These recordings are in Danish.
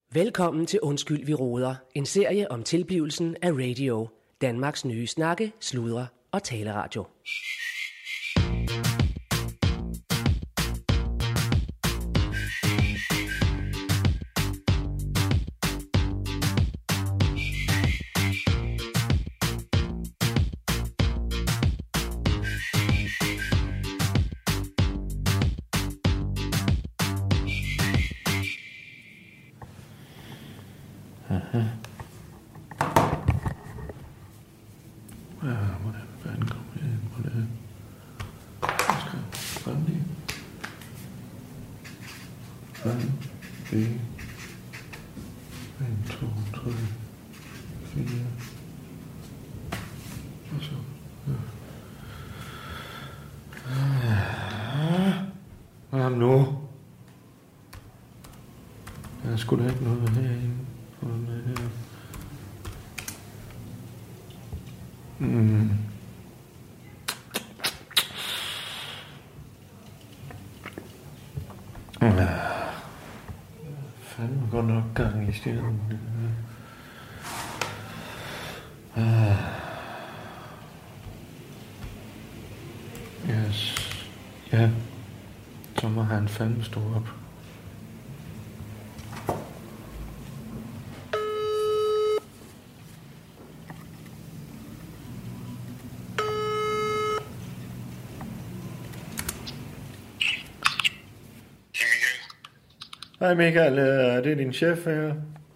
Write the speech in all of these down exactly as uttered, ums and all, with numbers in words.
Velkommen til Undskyld, vi roder. En serie om tilblivelsen af radio. Danmarks nye snakke, sludre og taleradio. Aha. Ja, hvordan fanden kommer jeg ind på det? Jeg skal fanden fanden en, en, to, tre, fire, og så, ja. Hvad nu? Jeg skulle da ikke noget herinde. Mm. Ja. Fanden går nok gang i stjernen. Ah. Yes. Ja. Så må han fandme stå op. Hej Michael, det er din chef her.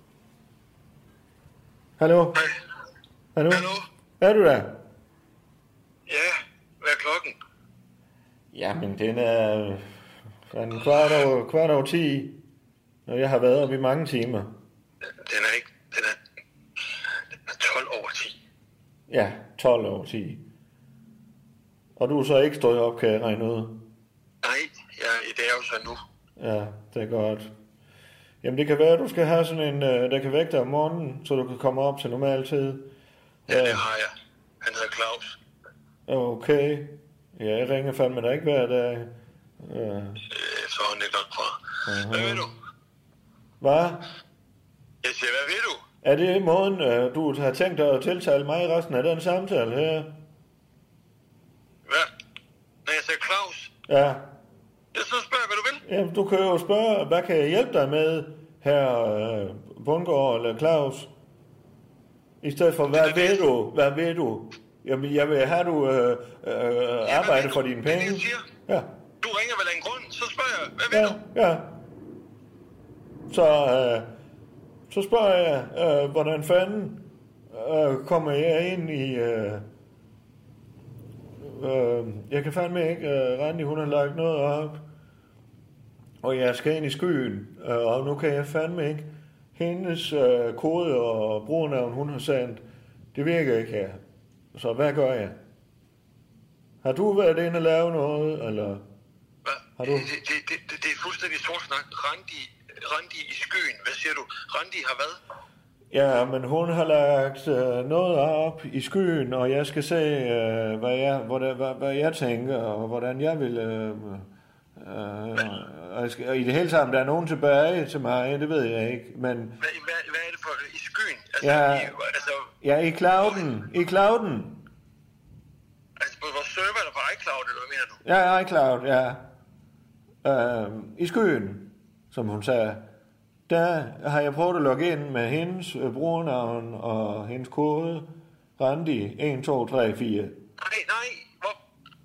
Hallo? Hej. Hallo? Hallo? Er du der? Ja, hvad er klokken? Jamen, den er en kvart over, kvart over ti, og jeg har været oppe i mange timer. Den er ikke, den er, den er tolv over ti. Ja, tolv over ti. Og du er så ikke stået op, kan jeg regne ud? Nej, ja, det er jo så nu. Ja, det er godt. Jamen, det kan være, at du skal have sådan en, der kan vække dig om morgenen, så du kan komme op til normal tid. Ja, det har jeg. Han hedder Claus. Okay. Ja, jeg ringer fandme da ikke hver dag. Ja. Så er han ikke nok fra. Uh-huh. Hvad vil du? Hvad? Jeg siger, hvad vil du? Er det måden, du har tænkt dig at tiltale mig i resten af den samtale her? Hvad? Når jeg siger Claus? Ja. Jeg så spørger, hvad du vil. Jamen, du kan jo spørge, hvad kan jeg hjælpe dig med, her øh, Bundgaard eller Claus? I stedet for, hvad ved du? Hvad ved du? Jamen, jeg vil have, du øh, øh, arbejde for dine penge. Det, jeg siger. Ja. Du ringer vel af en grund, så spørger jeg, hvad ved ja, du? Ja, Så, øh, så spørger jeg, øh, hvordan fanden øh, kommer jeg ind i... Øh, øh, jeg kan fandme ikke... Øh, Randi, hun har lagt noget op, og jeg skal ind i skyen, øh, og nu kan jeg fandme ikke... Hendes øh, kode og brugernavn, hun har sendt, det virker ikke her. Så hvad gør jeg? Har du været inde og lave noget, eller... Hvad? Har du... Det, det, det, det, det er fuldstændig sort snak. Randi, Randi i skyen. Hvad siger du? Randi har hvad? Ja, men hun har lagt øh, noget op i skyen, og jeg skal se, øh, hvad, jeg, hvordan, hvad, hvad jeg tænker, og hvordan jeg vil... Øh, øh, og skal, i det hele taget, der er nogen tilbage til mig, det ved jeg ikke, men... Hvad, hvad, hvad er det for i skyen? Altså, ja, i, altså, ja, i clouden. I clouden. Altså på vores server eller på iCloud, eller hvad mener du? Ja, iCloud, ja. Øh, I skyen, som hun sagde, der har jeg prøvet at logge ind med hendes øh, brugernavn og hendes kode. Randi en to tre fire. Nej, nej, hvor...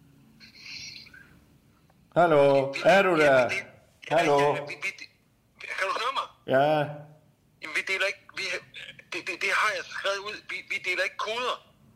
Hallo, er du der? Ja, det, Hallo? Ja, vi, vi, kan du høre mig? Ja. Jamen, vi deler ikke... Vi, det, det, det har jeg skrevet ud. Vi, vi deler ikke koder.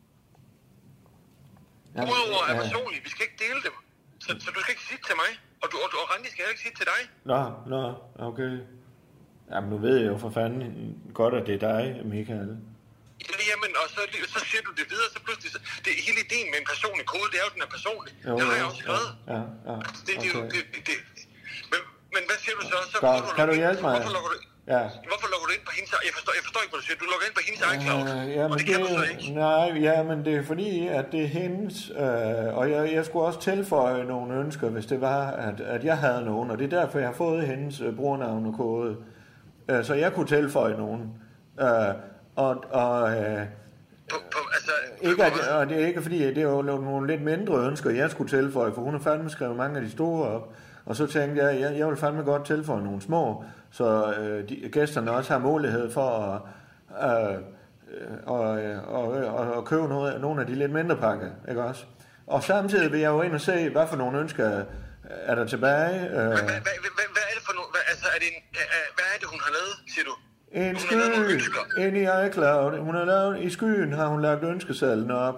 Kodeord er personlige. Vi skal ikke dele dem. Så, så du skal ikke sige til mig. Og, du, og, og Randi skal heller ikke sige til dig. Nå, nå, okay. Jamen, nu ved jeg jo for fanden godt, at det er dig, Michael. Jamen, og så, så siger du det videre, så pludselig... Så, det, hele ideen med en personlig kode, det er jo, den er personlig. Jo, det har jeg også skrevet. Ja, ja, ja. Altså, det, Okay. det, det, det, det, men, men hvad siger du så? så Godt. du Kan du hjælpe mig? Hvorfor logger du, Ja. hvorfor logger du ind på hendes... Jeg forstår, jeg forstår ikke, hvad du siger. Du logger ind på hendes iCloud, Uh, ja, og det, det kan du så ikke. Nej, ja, men det er fordi, at det er hendes, øh, og jeg, jeg skulle også tilføje nogle ønsker, hvis det var, at, at jeg havde nogen, og det er derfor, jeg har fået hendes øh, brugernavn og kode. øh, så jeg kunne tilføje nogen. Øh, og og øh, På, på, altså, ikke at, og det er ikke fordi, det er jo nogle lidt mindre ønsker, jeg skulle tilføje, for hun har fandme skrevet mange af de store op. Og så tænkte jeg, jeg, jeg vil fandme godt tilføje nogle små, så øh, de, gæsterne også har mulighed for at, øh, og, og, og, og købe noget, nogle af de lidt mindre pakker, ikke også? Og samtidig vil jeg jo ind og se, hvad for nogle ønsker er der tilbage. Øh. Hvad, hvad, hvad, hvad, hvad er det for nogle, hvad, altså er det en, hvad er det, hun har lavet, siger du? En sky ind i iCloud. Hun har lavet, i skyen har hun lagt ønskesedlen op.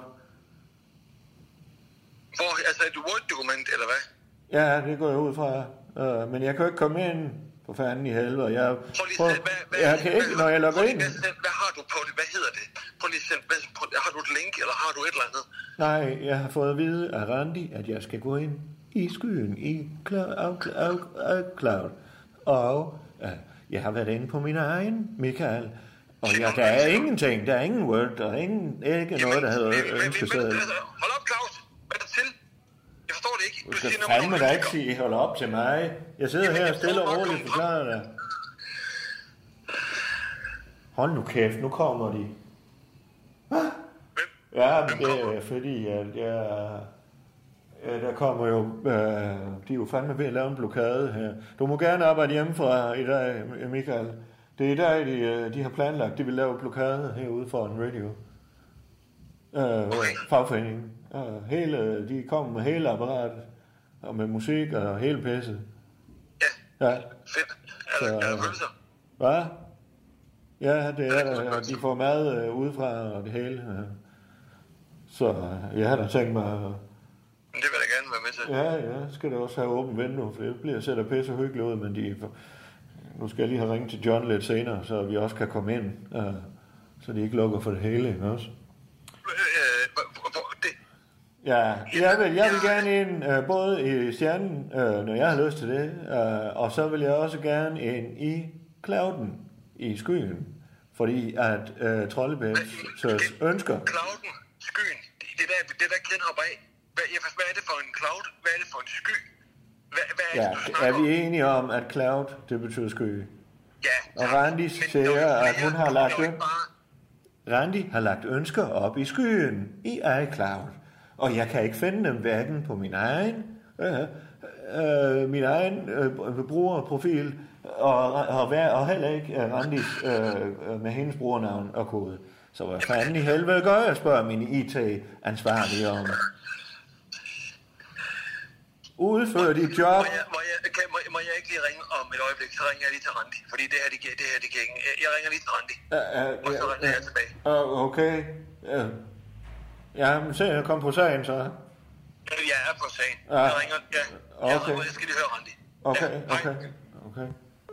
Hvor, altså et Word-dokument, eller hvad? Ja, det går jeg ud fra. Uh, men jeg kan jo ikke komme ind på fanden i helvede. Jeg, prøv lige prøv, selv, hvad, hvad, jeg kan hvad, ikke, når jeg logger ind. Hvad, hvad har du på det? Hvad hedder det? Prøv lige selv, hvad, prøv, har du et link, eller har du et eller andet? Nej, jeg har fået at vide af Randi, at jeg skal gå ind i skyen i iCloud. Og uh, jeg har været inde på min egen, Michael. Og ja, der er ingenting. Der er ingen Word. Der er ingen, ikke noget, der hedder ønskeseddel. Hold op, Claus. Hvad er der til? Jeg forstår det ikke. Du skal fandme da ikke sige, hold op til mig. Jeg sidder her og stille og roligt forklarer dig. Hold nu kæft, nu kommer de. Hvad? Ja, men det er fordi, at jeg... Ja, der kommer jo... Øh, de er jo fandme ved at lave en blokade her. Du må gerne arbejde hjemmefra i dag, Michael. Det er i dag, de, de har planlagt, de vil lave blokade herude for en radio. Øh, fagforeningen. Øh, hele, de kommer med hele apparatet, og med musik og hele pisset. Ja, ja. Fedt. Er der, er der følelser? Hvad? Ja, det er der. De får mad øh, udefra og det hele. Øh. Så øh, jeg har da tænkt mig... Øh, det vil jeg gerne være med til. Ja, ja, skal det også have åbent vindue, for det bliver sætter pisse og hyggeligt ud, men de... Nu skal jeg lige have ringet til John lidt senere, så vi også kan komme ind, øh, så de ikke lukker for det hele, ikke også? Ja, jeg vil, jeg vil gerne ind, øh, både i stjernen, øh, når jeg har lyst til det, øh, og så vil jeg også gerne ind i clouden, i skyen, fordi at øh, Troldebæks ønsker... Clouden, skyen, det, det der, det der kender hopper af. Hvad, hvad er det for en cloud? Hvad er det for en sky? Hvad, hvad er, det, ja, er vi enige om, at cloud, det betyder sky? Ja. Og Randi siger, at hun har lagt øn... Randi har lagt ønsker op i skyen i iCloud. Og jeg kan ikke finde dem hverken på min egen, øh, øh, min egen øh, brugerprofil, og, og, og heller ikke øh, Randis øh, med hendes brugernavn og kode. Så hvad fanden i helvede gør jeg, spørger min I T-ansvarlige om. Udfør dit job. Må jeg, må, jeg, kan, må, må jeg ikke lige ringe om et øjeblik, så ringer jeg lige til Randi. Fordi det her, det, det her, det kan ikke. Jeg ringer lige til Randi. Uh, uh, og så ringer uh, jeg tilbage. Uh, okay. Uh, ja, men se, jeg kom på sagen, så. Jeg er på sagen. Uh, jeg ringer, ja. Okay. Jeg, jeg skal lige høre Randi. Okay, ja, okay, okay.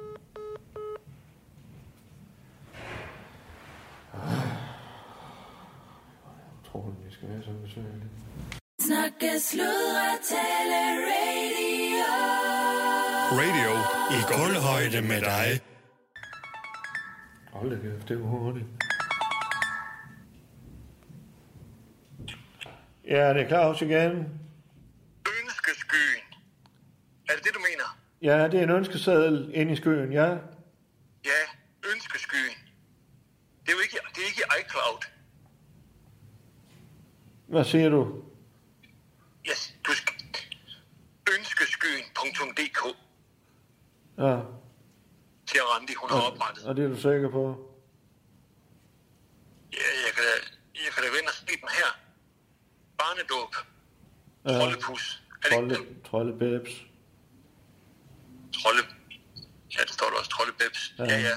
Jeg tror, vi skal være så besøgende. Snakke, sludre, tale, radio. Radio i guldhøjde med dig. Hold da kæft, det var hurtigt. Ja, det er Claus igen. Ønskeskyen. Er det det, du mener? Ja, det er en ønskeseddel ind i skyen, ja. Ja, ønskeskyen. Det er jo ikke, det er ikke iCloud. Hvad siger du? Yes, du skal... ønskeskyen punktum d k. Ja. Til Randi, hun har oprettet. Og det er du sikker på? Ja, jeg kan da, jeg kan da vende og se dem her. Barnedåb. Ja. Trollepus. Trolle, trollebæbs. Trolle... Ja, det står der også. Trollebæbs. Ja, ja. ja.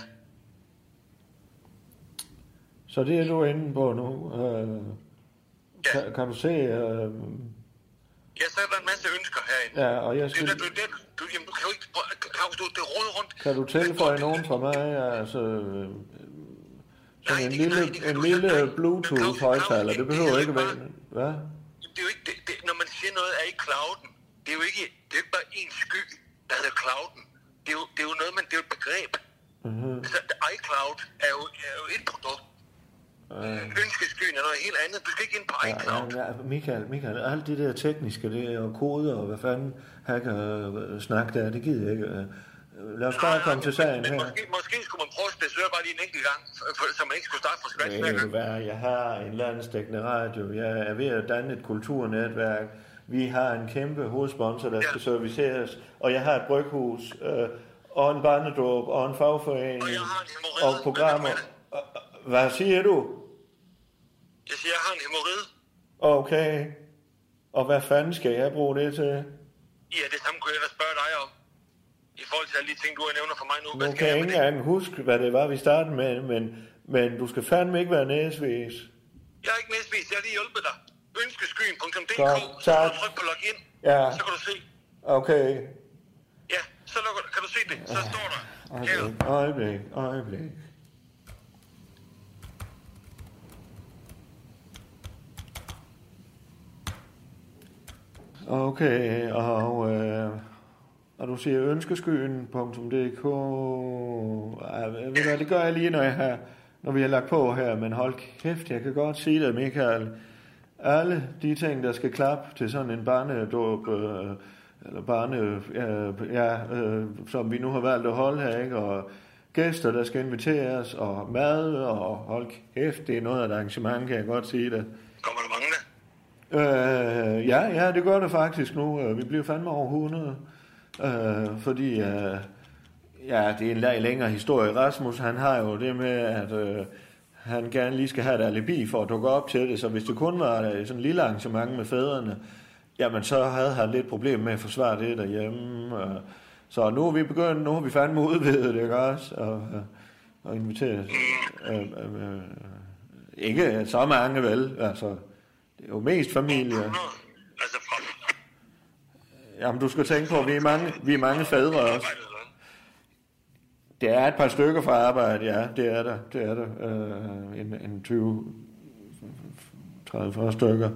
Så det er du inde på nu. Uh, ja. kan, kan du se... Uh, Ja, så er der en masse ønsker herinde. Ja, og jeg skal... Det, du, det, du, jamen, du kan jo ikke... Claus, du, det råder rundt. Kan du tilføje nogen fra mig? Altså... Øh, sådan en lille, en lille Bluetooth-højtaler. Det behøver ikke være... Hvad? Det er jo ikke... Det, det, når man siger noget er i clouden, det er jo ikke... Det er jo ikke bare en sky, der hedder clouden. Det er jo, det er jo noget, man... Det er jo et begreb. Uh-huh. Altså, iCloud er jo, er jo et produkt. Uh, Ønskeskyen er noget helt andet. Du skal ikke ind på iCloud. Ja, ja, Michael, Michael, alt det der tekniske, det er jo koder, og hvad fanden hacker snak der, det gider jeg ikke. Lad os bare komme til sagen men her. Måske, måske skulle man prøve at spidse bare lige en enkelt gang, for, så man ikke skulle starte fra scratch hver gang. Hvad, jeg har en landsdækkende radio. Jeg er ved at danne et kulturnetværk. Vi har en kæmpe hovedsponsor, der ja. skal serviceres. Og jeg har et bryghus, øh, og en barnedåb, og en fagforening, og, jeg har en hemorrhide. og programmer. Hvad siger du? Jeg siger, jeg har en hemorrhide. Okay. Og hvad fanden skal jeg bruge det til? Ja, det samme kunne jeg da spørge dig om. I forhold til alle de ting, du har nævner for mig nu. Nu kan jeg ikke engang huske, hvad det var, vi startede med, men, men du skal fandme ikke være næsvis. Jeg er ikke næsvis, jeg har lige hjulpet dig. Ønskeskyen punktum d k, så kan du trykke på login, ja. så kan du se. Okay. Ja, så kan du se det. Så står der. Øjeblik, øjeblik, øjeblik. Okay, og, øh, og du siger ønskeskyen punktum d k. Ved du hvad, det gør jeg lige, når, jeg har, når vi har lagt på her, men hold kæft, jeg kan godt sige det, Michael. Alle de ting, der skal klappe til sådan en barnedåb, øh, eller barne, øh, ja, øh, som vi nu har valgt at holde her, ikke? Og gæster, der skal inviteres, og mad, og hold kæft, det er noget af et arrangement, kan jeg godt sige det. Kommer der mange der? Øh, ja, ja, det gør det faktisk nu. Vi bliver fandme over hundrede. Øh, fordi, øh, ja, det er en længere historie. Rasmus, han har jo det med, at øh, han gerne lige skal have et alibi for at dukke op til det. Så hvis det kun var sådan en lille arrangement med fædrene, jamen så havde han lidt problem med at forsvare det derhjemme. Øh, så nu er vi begyndt, nu har vi fandme udvidet det, ikke også? Og, og inviteret. Øh, øh, øh, ikke så mange, vel? Altså... Det er jo mest familie. Altså fra... Jamen, du skal tænke på, at vi er mange, vi er mange fædre også. Det er et par stykker fra arbejde, ja, det er der. Det er der. Øh, en, en tyve tredive fyrre stykker.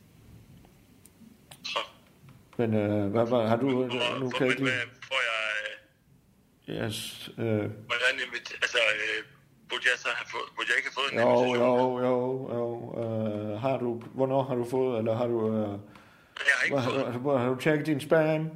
Så. Men øh, hvad, hvad har du... Nu for, kan jeg ikke... Får jeg... Yes. Øh... Hvordan inviterer... Altså... Øh... Burde jeg så have fået, burde jeg ikke have fået en jo, invitation? Jo, jo, jo. Øh, har du, hvornår har du fået, eller har du... Øh, jeg har ikke har, fået. Har, har du tjekket din spam?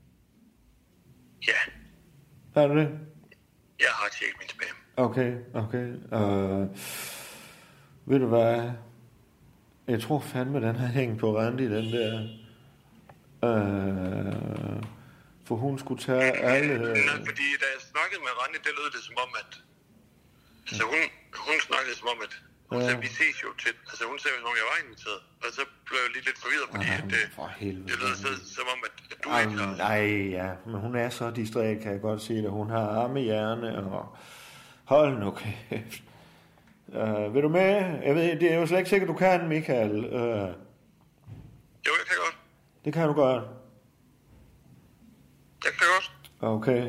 Ja. Har du det? Jeg har tjekket min spam. Okay, okay. Øh, ved du hvad? Jeg tror fandme, den har hængt på Randi, den der. Øh, for hun skulle tage alle... Øh... Nej, fordi da jeg snakkede med Randi, det lød det som om, at... Altså hun, hun snakkede som om, at hun ja. sagde, vi ses jo til... Altså hun sagde, at jeg var inviteret. Og så blev jeg lige lidt forvirret, fordi Ej, at, det, det lød så, som om, at, at du Ej, ikke har... Nej, ja. Men hun er så distræt, kan jeg godt sige det. Hun har arme hjerne, og... Hold nu kæft. Uh, vil du med? Jeg ved, det er jo slet ikke sikkert, du kan, Michael. Uh... Jo, jeg kan godt. Det kan du godt. Jeg kan godt. Okay.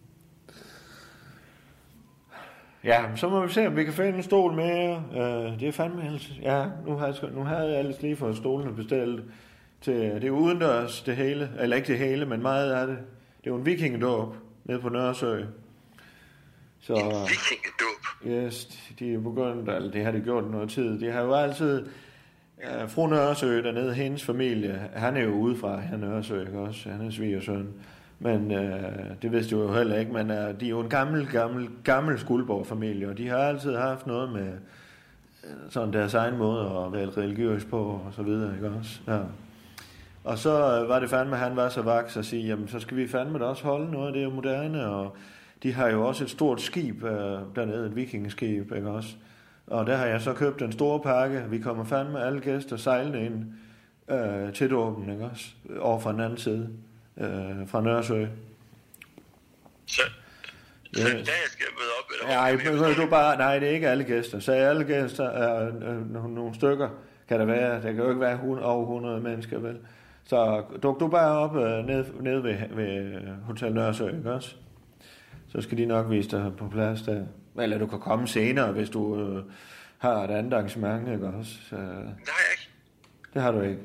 Ja, så må vi se, om vi kan finde en stol mere. Uh, det er fandme ellers... Ja, nu har jeg, nu har jeg ellers lige fået stolene bestilt. Til, det er udendørs, det hele. Eller ikke det hele, men meget af det. Det er jo en vikingedåb nede på Nørresø. Så, en vikingedåb? Yes, de er begyndt, eller det har de gjort noget tid. De har jo altid... Uh, fru Nørresø dernede, hendes familie, han er jo udefra, han er Nørresø, ikke også? Han er svigersøn. Men øh, det vidste du jo heller ikke, men øh, de er jo en gammel, gammel, gammel Skuldborg-familie, og de har altid haft noget med øh, sådan deres egen måde at være religiøs på, og så videre, ikke også? Ja. Og så øh, var det fandme, han var så vaks at sige, jamen så skal vi fandme da også holde noget, det er jo moderne, og de har jo også et stort skib øh, dernede, et vikingeskib, ikke også? Og der har jeg så købt en stor pakke, vi kommer fandme alle gæster sejlende ind øh, til dåben, ikke også? Over fra den anden side. Øh, fra Nørresø. Så, yes. Så i dag skal jeg møde op? Eller nej, jeg du bare, nej, det er ikke alle gæster. Så alle gæster er øh, nogle, nogle stykker, kan der være. Der kan jo ikke være hundrede, over hundrede mennesker, vel? Så duk du bare op øh, ned, ned ved, ved Hotel Nørresø, ikke også? Så skal de nok vise dig på plads der. Eller du kan komme senere, hvis du øh, har et andet arrangement, ikke også? Så, det har jeg ikke. Det har du ikke.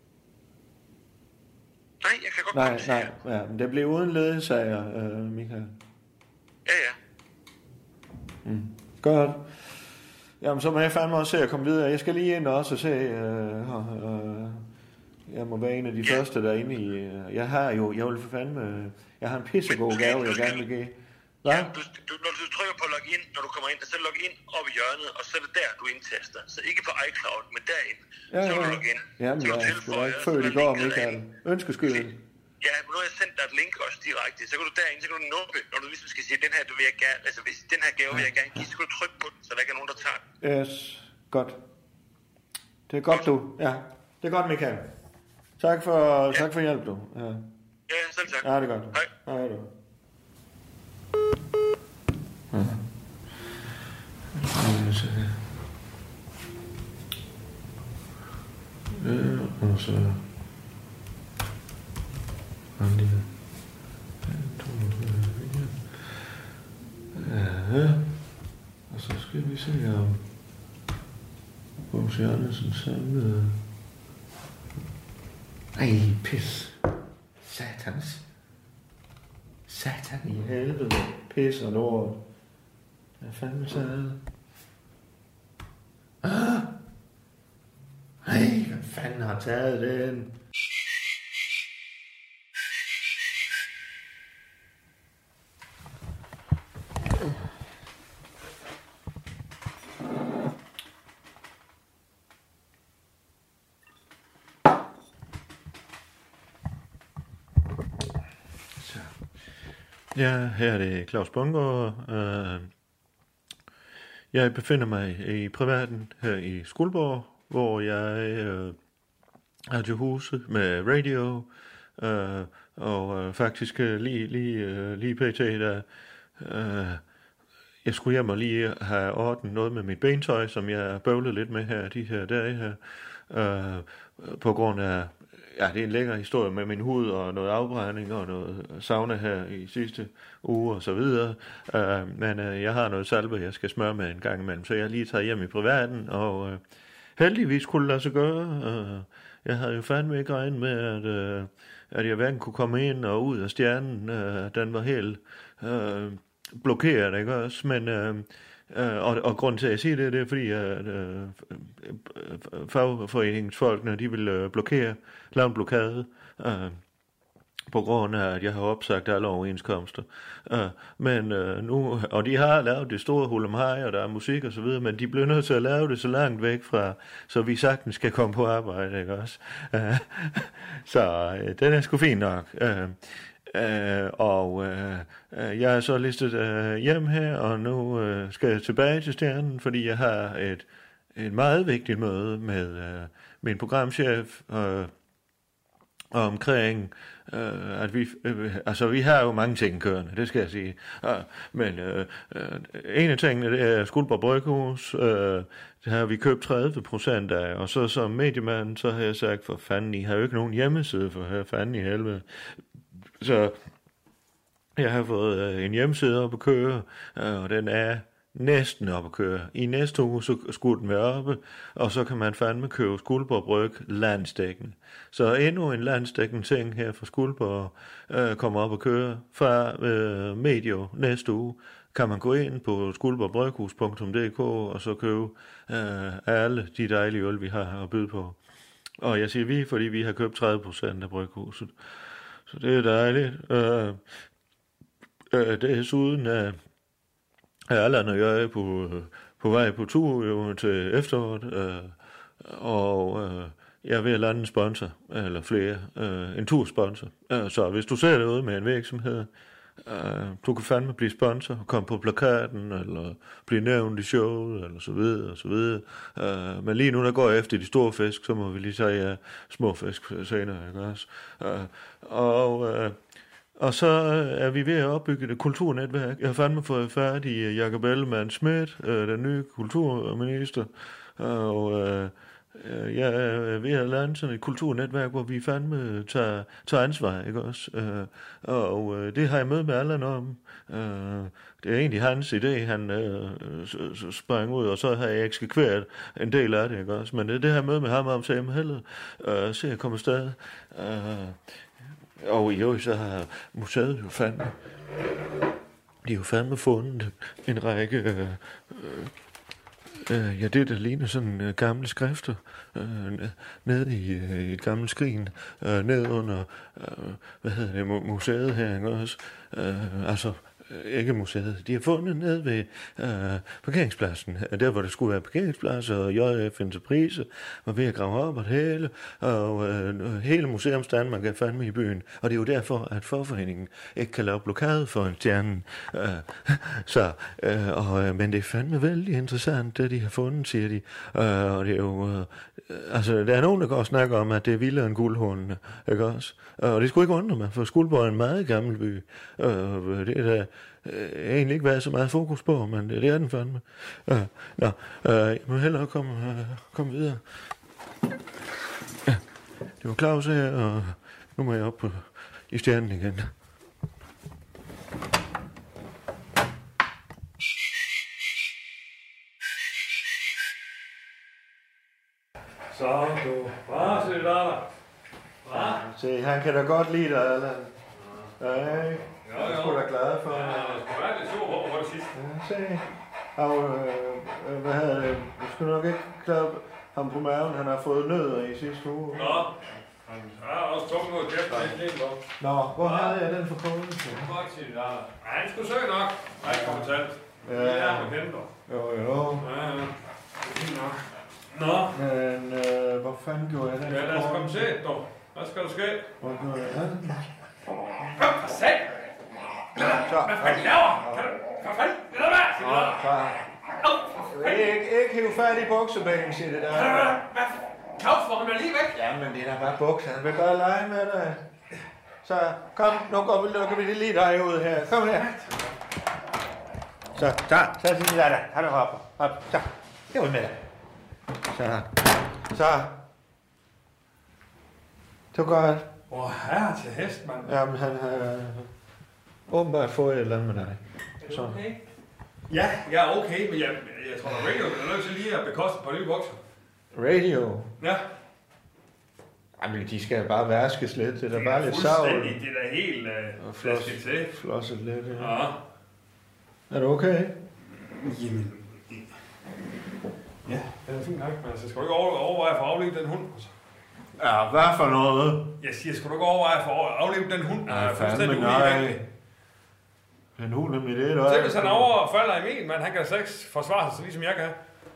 Nej, jeg kan godt nej, komme til nej, ja, men det bliver uden ledsager, øh, Michael. Ja, ja. Mm. Godt. Jamen, så må jeg fandme også se at komme videre. Jeg skal lige ind også og se... Øh, øh, jeg må være en af de ja. første derinde i... Jeg har jo... Jeg vil for fandme... Jeg har en pissegod gave, jeg gerne vil give. Ja, du, du, når du trykker på login, når du kommer ind, så log ind op i hjørnet, og så er det der, du indtaster. Så ikke på iCloud, men derinde. Ja, så ja. du login. Jamen, ja, du var ikke født i går, Michael. Ønskeskylden. Ja, men nu har jeg sendt dig et link også direkte. Så kan du derinde, så kan du nuppe, når du ligesom skal sige, den her, du vil jeg gerne, altså hvis den her gave vil jeg gerne give, så kan du trykke på den, så der ikke er nogen, der tager den. Yes, godt. Det er godt, du. Ja, det er godt, Michael. Tak for, ja. tak for hjælp, du. Ja, ja selv tak. Ja, det er godt. Hej. Hej, du. Ja. Ja, og så... Ja, og så skal vi se om Bogs Jørgensen samlede... Ej, pis. Satans. Satan i helvede. Pis og lort. Hvad fanden taget? Ah! Ej, hvad fanden har taget den? Ja, her er det Claus Bungård. Uh, jeg befinder mig i privaten her i Skuldborg, hvor jeg uh, er til huse med radio, uh, og uh, faktisk uh, lige, lige, uh, lige pt. Der, uh, jeg skulle hjem og lige have ordnet noget med mit bentøj, som jeg bøvlede lidt med her de her dage her, uh, på grund af... Ja, det er en længere historie med min hud og noget afbrænding og noget sauna her i sidste uge og så videre. Uh, men uh, jeg har noget salve, jeg skal smøre med en gang imellem, så jeg lige tager hjem i privaten, og uh, heldigvis kunne det lade sig gøre. Uh, jeg havde jo fandme ikke regnet med, at, uh, at jeg hverken kunne komme ind og ud af stjernen. Uh, den var helt uh, blokeret, ikke også? Men... Uh, Uh, og, og grunden til, at jeg siger det, det er fordi, at uh, fagforeningsfolkene, de vil uh, blokere, lave en blokade, uh, på grund af, at jeg har opsagt alle overenskomster. Uh, men uh, nu, og de har lavet det store hulemhej, og der er musik og så videre, men de bliver nødt til at lave det så langt væk fra, så vi sagtens skal komme på arbejde, ikke også? Uh, så uh, den er sgu fin nok. Uh, Uh, og uh, uh, jeg er så listet uh, hjem her, og nu uh, skal jeg tilbage til stjernen, fordi jeg har et, et meget vigtigt møde med uh, min programchef uh, omkring, uh, at vi, uh, altså vi har jo mange ting kørende, det skal jeg sige, uh, men uh, uh, en af tingene, det er Skuldborg Bryghus, uh, det har vi købt tredive procent af, og så som mediemand, så har jeg sagt, for fanden, I har jo ikke nogen hjemmeside, for her fanden i helvede. Så jeg har fået øh, en hjemmeside op at køre, øh, og den er næsten op at køre. I næste uge så skulle den være oppe, og så kan man fandme købe Skuldborg Bryg landsdækkende. Så endnu en landsdækkende ting her fra Skuldborg øh, kommer op at køre. Fra øh, medio næste uge kan man gå ind på skuldborgbryghus punktum d k og så købe øh, alle de dejlige øl, vi har at byde på. Og jeg siger vi, fordi vi har købt tredive procent af bryghuset. Så det er dejligt. Øh, øh, desuden er Erland og jeg på, på vej på tur jo, til efteråret, øh, og øh, jeg er ved at lande en sponsor, eller flere, øh, en tursponsor. Øh, så hvis du ser derude med en virksomhed, øh, du kan fandme blive sponsor, komme på plakaten, eller blive nævnt i showet, eller så videre, og så videre. Øh, men lige nu, der går jeg efter de store fisk, så må vi lige sige ja, små fisk senere, ikke også? Øh, og... Øh, Og så er vi ved at opbygge et kulturnetværk. Jeg har fandme fået færdig Jakob Ellemann-Schmidt, øh, den nye kulturminister, og øh, jeg er ved at lande sådan et kulturnetværk, hvor vi fandme tager, tager ansvar, ikke også? Øh, og øh, det har jeg mødt med Allan om. Øh, det er egentlig hans idé, han øh, sprang ud, og så har jeg eksekveret en del af det, ikke også? Men det, det har jeg mødt med ham om, så jeg må hellere øh, se at komme afsted. Øh, Og i øvrigt så har museet jo fandme, de har jo fandme fundet en række øh, Øh, ja, det der ligner sådan øh, gamle skrifter øh, nede i, øh, i et gammelt skrin, øh, ned under, øh, hvad hedder det, mu- museet her, ikke også? Øh, altså, ikke museet. De har fundet ned ved øh, parkeringspladsen. Der, hvor der skulle være parkeringsplads, og J F Enterprise var ved at grave op og det hele, og øh, hele Museums Danmark er fandme i byen. Og det er jo derfor, at forforeningen ikke kan lave blokade for en stjerne. Øh, så, øh, og, øh, men det er fandme vældig interessant, det de har fundet, siger de. Øh, og det er jo... Øh, altså, der er nogen, der går og snakker om, at det er vildere end Guldhornene, ikke også? Og det skulle ikke undre mig, for Skuldborg er en meget gammel by. Øh, det er der øh, egentlig ikke været så meget fokus på, men det, det er den fandme. Øh, nå, øh, jeg må hellere komme, øh, komme videre. Ja, det var Claus her, og nu må jeg op på, i stjernen igen. Så du. Bare se der. Se, han kan da godt lide dig, Allan. Ja, jeg er sgu da glad for Ja, jeg skulle være lidt sur på, hvor det sidste. Ja, se. Og, øh, hvad hedder det? Du skal nok ikke klare ham på maven. Han har fået nødder i sidste uge. Nå. Han har også tungt noget kæft, det er ikke helt godt. Nå, hvor havde jeg den forkålelse? Godt sige det der. Nej, han skulle søge nok. Nej, kompetent. Ja. Det er med kender. Jo, jo. Ja, ja. Det er fint nok. Nå. Men, øh, hvor fanden gjorde jeg den Ja, lad os komme til, dog. Hvad skal der ske? Hvor gjorde jeg den? Hvad for sat? Så. Hvad fanden laver? Kan du... Hvad fanden? Det er der, siger det der. Ikke, ikke hive fat i buksebækken, siger det der. Hvad? Claus, får han lige væk? Ja, men det er da bare bukser. Han vil bare lege med dig. Så, kom, nu går vi, lukker vi lige dig ud her. Kom her. Så, så, så siger vi dig. Har du hopper. Hop, så. Det var med dig. Så, så. Det var godt. Hvor herre til hest, mand. Jamen, han har åbenbart fået et eller andet med dig. Så. Okay. Ja, jeg er okay, men jeg, jeg tror, at radio er nødt til lige at bekoste på lille bukser. Radio? Ja. Jamen, de skal bare værskes lidt. Det er da Det bare er lidt savl. fuldstændig, det er da helt uh, flasket til. Flosset lidt, ja. Ja. Er du okay? Jamen, ja, det er fint nok, men altså, skal du ikke over, overveje at få aflevet den hund? Altså? Ja, hvad for noget? Jeg siger, skal du ikke overveje at få aflevet den hund? Ja, er fuldstændig fandme nej. ulig. Den hund nemlig det, der Se, hvis han over og falder i min, men han kan slet ikke forsvare sig, så ligesom jeg kan.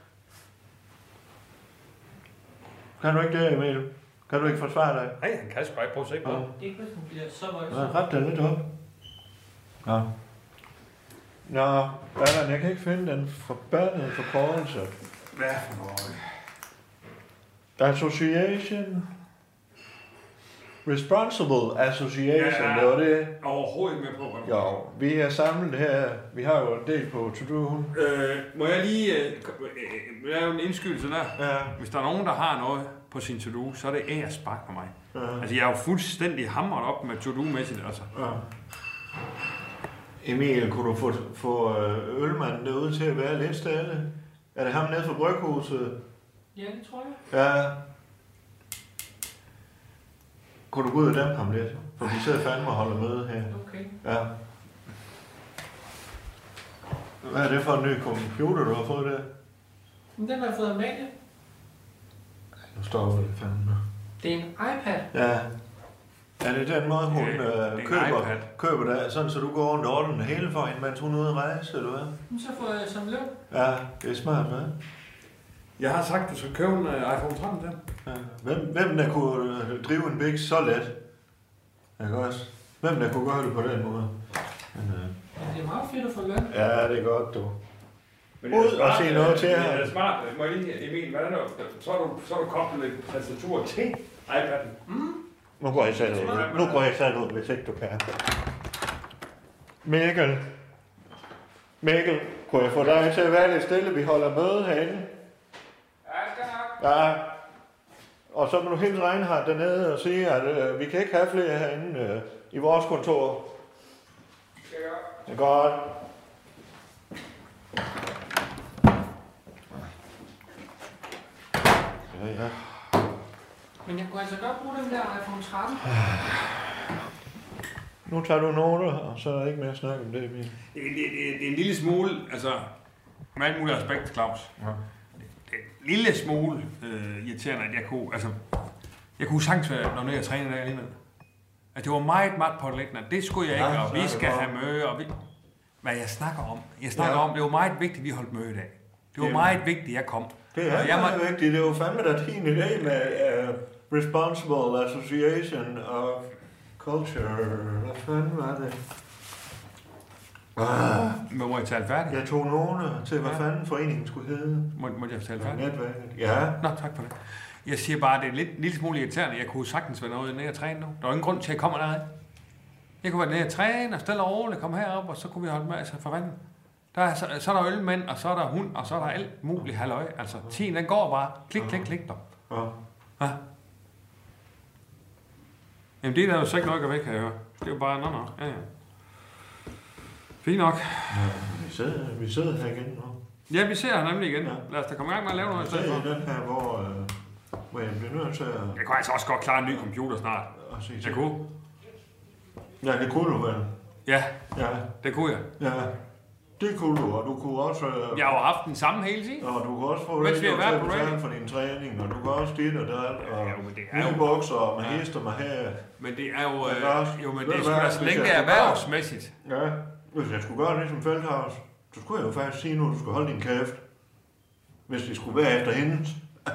Kan du ikke det, Emil? Kan du ikke forsvare dig? Nej, han kan sgu ikke. Prøv at se på. Ja. Ikke hvis den bliver så voldsom. Nå, ret den lidt op. Ja. Nå, Allan, jeg kan ikke finde den forbandede forkortelse. Hvad for noget? Association. Responsible Association, Ja. det var det. Overhovedet ikke med på. Hvad Jo, vi er samlet her. Vi har jo en del på to-do. Øh, må jeg lige øh, øh, lave en indskydelse der? Ja. Hvis der er nogen, der har noget på sin to-do, så er det æresbak på mig. Ja. Altså, jeg er jo fuldstændig hamret op med to-do-mæssigt, altså. Ja. Emil, kunne du få, få øh, ølmanden derude til at være lidt stille? Er det ham nede fra bryghuset? Ja, det tror jeg. Ja. Kunne du gå ud og dæmpe ham lidt? For vi sidder fandme og holder møde her. Okay. Ja. Hvad er det for en ny computer, du har fået der? Men den har jeg fået af Amalie. Nu stopper det fandme. Det er en iPad. Ja. Er det den måde, hun Det- det er øh, en køber, iPad. køber der, sådan så du går rundt og ordner det hele for hende, mens hun er ude at rejse, eller hvad? Men så får jeg som løn. Ja, det er smart, hvad? Jeg har sagt, at du skal købe en uh, iPhone tretten til. Ja. Hvem, hvem der kunne øh, drive en big så let? Ikke også? Hvem der kunne gøre det på den måde? Men, øh, Men det er meget fedt at få løn. ja, det er godt, du. Men det er Ud og smart, se noget øh, til det ham. er smart. Må jeg lige, Emil, hvordan er det? Så har du, så har du koblet et tastatur til iPad'en. Mm. Nu går jeg selv ud. Nu går jeg selv ud, hvis ikke du kan. Mikkel. Mikkel, kunne jeg få dig til at være lidt stille? Vi holder møde herinde. Ja, jeg skal nok. Ja. Og så må du hilse Reinhardt dernede og sige, at øh, vi kan ikke have flere herinde øh, i vores kontor. Det er godt. Ja, ja. Men jeg kunne altså godt bruge den der iPhone tretten. Nu tager du noter, og så er der ikke mere at snakke om det, Emil. Det, det, det, det er en lille smule, altså... Med alt mulig respekt, Claus. Ja. Det er en lille smule øh, irriterende, at jeg kunne, altså, jeg kunne sagtens være noget ned og træne der alligevel. At det var meget mat på læggende. Det skulle jeg ikke, ja, og vi skal have møde, og vi... Hvad jeg snakker om? Jeg snakker ja. om, det var meget vigtigt, at vi holdt møde i dag. Det var det, meget vigtigt, at jeg kom. Det er jeg meget må... vigtigt. Det var fandme da din idé med uh, Responsible Association of Culture. Hvad fanden var det? Ah. Men må jeg tale færdigt? Jeg tog nogle til, hvad ja. fanden foreningen skulle hedde. Må, må jeg tale færdigt? Netværket. Ja. Nå, tak for det. Jeg siger bare, at det er lidt, lidt smule irriterende. Jeg kunne sagtens være noget ned og træne nu. Der var ingen grund til, at jeg kommer der. Jeg kunne være nede og træne og stille og roligt, komme herop, og så kunne vi holde med altså for vandet. Der er, så, så er der ølmænd, og så er der hund, og så er der alt muligt halløj. Altså, tiden den går bare. Klik, klik, klik der. Ja. Ja. Jamen, det er der jo så ikke noget at gå væk, kan jeg høre. Det er jo bare, nå, nå. Ja, ja. Fint nok. Ja, vi sidder, vi sidder her igen nu. Ja, vi ser her nemlig igen. Ja. Lad os da komme i gang med at lave noget i stedet for. Det er den her, hvor, øh, hvor jeg bliver nødt til at... Jeg kunne altså også godt klare en ny computer snart. Jeg kunne. Ja, det kunne du vel? Ja, ja. Det kunne jeg. Ja, det kunne du, og du kunne også... Øh, jeg har jo haft den samme hele tiden. Og du kunne også få det til at betale for din træning, og du kan også dit og dat, og ja, jo, det er nye bukser, og med ja. hester, med her. Men det er jo... Øh, jo, men det er sgu da så længe det er erhvervsmæssigt. Ja, hvis jeg skulle gøre det ligesom Feldhaus, så skulle jeg jo faktisk sige nu, at du skulle holde din kæft. Hvis det skulle være efter hendes.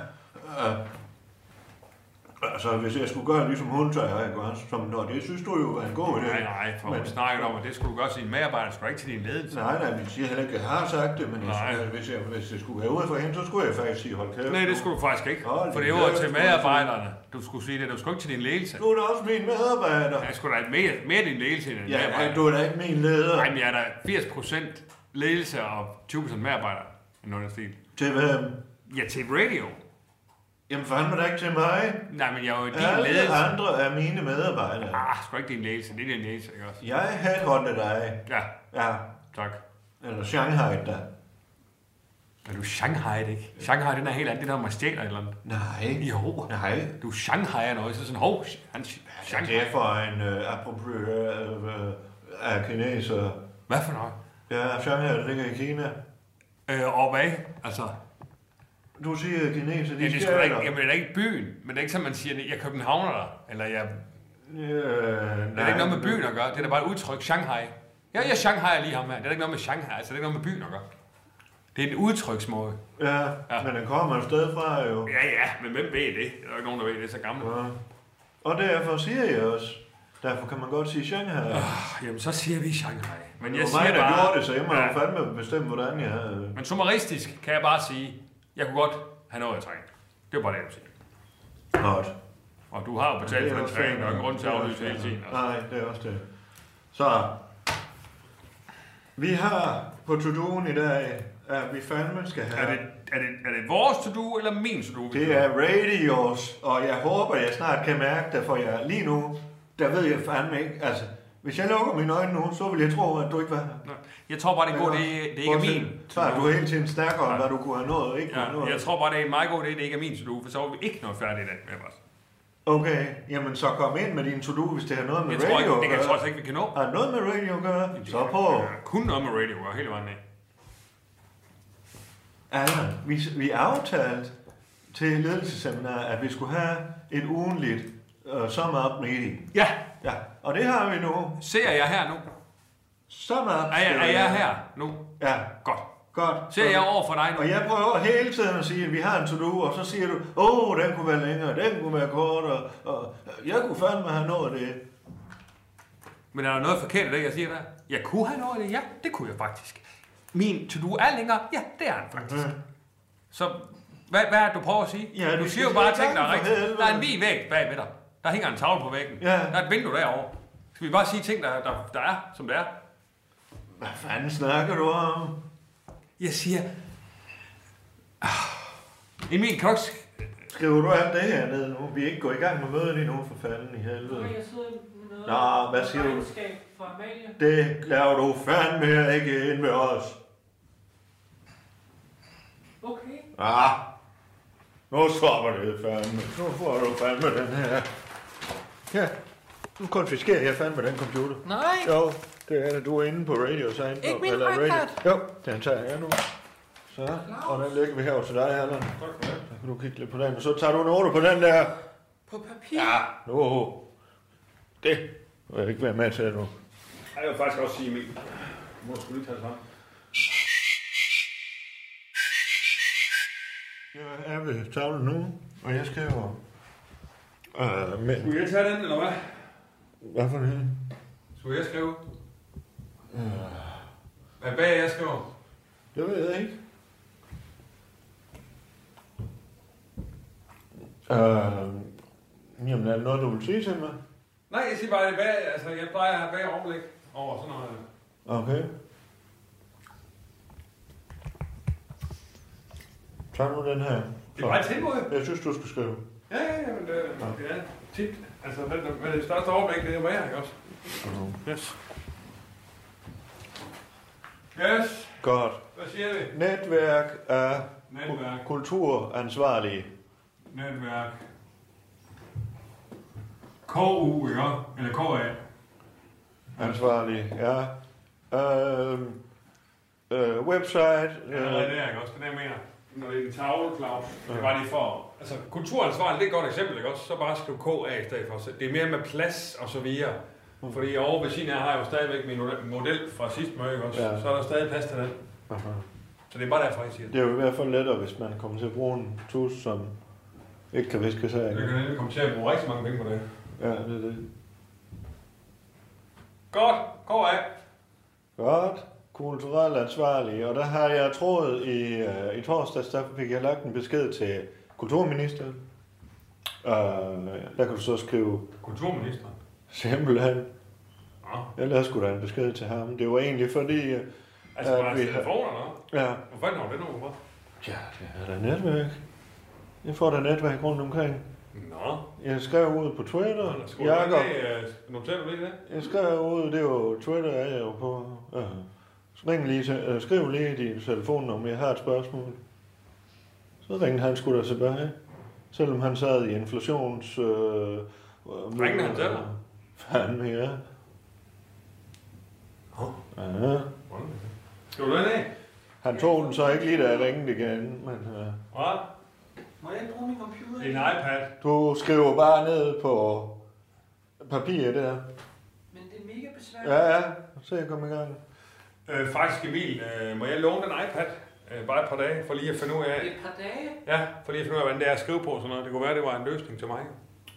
Altså, hvis jeg skulle gøre ligesom hun, så er jeg godt. Som, nå, det synes du jo var en god idé. Nej, nej, for men, hun snakkede om, at det skulle du gøre til din medarbejder, skulle ikke til din ledelse. Nej, nej, vi siger heller ikke, at jeg har sagt det, men jeg, hvis, jeg, hvis jeg skulle være ude for hende, så skulle jeg faktisk sige, hold kæft. Nej, det skulle du faktisk ikke. Hold for det var til medarbejderne. Du skulle sige det, du skulle ikke til din ledelse. Du er da også min medarbejder. Jeg skulle da mere, mere din ledelse end din ja, medarbejder. Ja, du er da ikke min leder. Nej, men jeg er da firs procent ledelse og tyve procent medarbejder. I noget af stil. Til hvem? Ja, til radio. Jamen fandme da ikke til mig. Nej, men jeg er jo din alle ledelse. Alle andre er mine medarbejdere. Ah, sgu ikke din ledelse. Det er din ledelse, ikke også? Jeg headhunter dig. Ja. Ja. Tak. Eller Shanghai da. Er du Shanghai, ikke? Shanghai, den er helt anden. Det er der, man stjæler et eller andet. Nej. Jo. Nej. Du Shanghai er noget, så sådan, hov, han Shanghai. Det er for en uh, approprieret uh, af kineser. Hvad for noget? Ja, Shanghai, der ligger i Kina. Øh, og hvad? Altså... Du siger kineser, de ja, det stjæler. Ikke, jamen, det er ikke byen, men det er ikke sådan, man siger, jeg københavner der, eller jeg... Øh, det er ikke noget med byen at gøre, det er da bare et udtryk, Shanghai. Ja, jeg Shanghai lige ham her, det er ikke noget med Shanghai, altså det er ikke noget med byen at gøre. Det er en udtryksmåde. Ja, ja. Men den kommer et sted fra jo. Ja, ja, men hvem ved det? Der er ikke nogen, der ved det, det er så gammelt. Ja. Og derfor siger jeg også, derfor kan man godt sige Shanghai. Øh, jamen, så siger vi Shanghai. Men jeg jeg siger mig, bare... der gjorde det, så jeg må ja. fandme bestemme, hvordan jeg havde... Men summaristisk kan jeg bare sige, jeg kunne godt have noget at træne. Det var bare det, jeg ville sige. Godt. Og du har jo betalt for den træning, der er en grund til at aflyse hele tiden. Altså. Nej, det er også det. Så, vi har på to-doen i dag, at vi fandme skal have... Er det, er det, er det vores to-do, eller min to-do? Det er radios, og jeg håber, jeg snart kan mærke det, for jeg lige nu, der ved jeg fandme ikke, altså... Hvis jeg lukker mine øjne nu, så vil jeg tro, at du ikke var her. Nej. Jeg tror bare, det er god, det, det ikke er min. Bare, du hele tiden snakker om, ja. hvad du kunne have nået, ikke ja, nået. Jeg tror bare, det er en meget god idé, det ikke er min to-do, for så var vi ikke noget færdigt i dag med os. Okay, jamen så kom ind med din to-do, hvis det har noget med jeg radio tror, at gøre. Det kan jeg tror ikke, vi kan nå. Har noget med radio at gøre? Så på. Ja, kun noget med radio at gøre, hele vejen af. Allan, vi, vi aftalte til ledelsesseminar, at vi skulle have et ugenligt uh, sum-up meeting. Ja. Ja, og det har vi nu. Ser jeg her nu? Sum-up. Er jeg, er jeg her nu? Ja. Godt. Godt. Ser jeg over for dig nu? Og jeg prøver hele tiden at sige, at vi har en to-do, og så siger du, åh, oh, den kunne være længere, den kunne være kortere, og jeg kunne fandme have nået det. Men er der noget forkert i det, jeg siger der? Jeg kunne have nået det, ja, det kunne jeg faktisk. Min to-do er længere, ja, det er den faktisk. Mm. Så hvad, hvad er det, du prøver at sige? Ja, du siger jo bare ting, der er rigtigt. Der er en hvid væg bag ved dig. Der hænger en tavle på væggen. Ja. Der er et vindue derovre. Skal vi bare sige ting, der, der, der er, som det er? Hvad fanden snakker du om? Jeg siger... Ah. Emil, kan du også... Skriver du alt det her ned nu? Vi er ikke gået i gang med mødet endnu, for fanden i helvede. Jeg sidder med Nå, hvad siger du? Fra Amalie. Det laver du fandme ikke ind med os. Okay. Ah, nu stopper det fandme. Nu får du fandme den her. Ja, nu konfiskerer jeg fandme den computer. Nej. Jo, det er det. Du er inde på radio, så ikke min iPad. Jo, den tager jeg nu. Så, og den lægger vi her til dig, Allan. Tak for det. Så kan du kigge lidt på den, og så tager du noter på den der. På papir? Ja, nu. Det vil jeg ikke være med til nu. Ej, jeg vil faktisk også sige, Emil. Du må sgu lige tage det sammen. Jeg er ved tavlen nu, og jeg skriver... Uh, med... Skulle jeg tage den, eller hvad? Hvad for det? Skulle jeg skrive? Uh... Hvad bag jeg skriver? Det ved jeg ikke. Uh... Jamen, er det noget, du vil sige til mig? Nej, jeg siger bare, hvad, altså, jeg plejer at have bag overblik over sådan noget. Okay. Tag nu den her. Det er bare et tilbud. Jeg synes, du skal skrive. Ja, ja, ja, men det, det er tit. Altså, med, med det største overblik, det er mig, ikke også? Uh-huh. Yes. Yes. Godt. Hvad siger vi? Netværk af Netværk. kulturansvarlige. Netværk. K U, ikke? Eller K A. Ansvarlige, ja. Øh, øh, website. Øh. Ja, det er ikke også, det er det, jeg mener. Når det er en tavle, Claus, det var lige for... Altså, kulturansvarlig, det er et godt eksempel, ikke også? Så bare skriv K A i stedet for. Det er mere med plads og så videre. Fordi over ved siden af har jeg jo stadigvæk min model fra sidste møde, ikke også? Ja. Så er der stadig plads til den. Aha. Så det er bare derfor, jeg siger det. Det er jo i hvert fald lettere, hvis man kommer til at bruge en tus, som ikke kan viske sig af. Det kan nemlig komme til at bruge rigtig mange penge på det. Ja, det er det. Godt, K A. Godt. Kulturelt ansvarlig. Og der har jeg troet i, uh, i torsdags, der fik jeg lagt en besked til kulturministeren. Uh, der kan du så skrive... Kulturministeren? Simpelthen. Ja. Jeg lavede sgu da en besked til ham. Det var egentlig fordi... Uh, altså, var der telefoner, nå? Ja. Hvor fanden har det nu for? Ja, det er da netværk. Jeg får da netværk rundt omkring. Nå. Jeg skrev ud på Twitter. Nå, Jacob. Uh, noterer du lige det? Jeg skrev ud, det er jo Twitter, er jeg jo på... Uh, ring lige til, uh, skriv lige din telefonnummer, jeg har et spørgsmål. Så ringede han sgu da tilbage. Selvom han sad i inflations... Uh, ringede han til dig? Fanden, ja. Huh? Ja. Skal du den af? Han tog den så ikke lige, da jeg ringede igen, men... Uh, Hvad? Må jeg ikke bruge min computer? Det er en iPad. Du skriver bare ned på papir der. Men det er mega besværligt. Ja, ja. Så jeg kommer i gang. Øh, faktisk, Emil, øh, må jeg låne den iPad øh, bare et par dage, for lige at finde ud af... Et par dage? Ja, for lige at finde ud af, hvordan det er at skrive på og sådan noget. Det kunne være, det var en løsning til mig.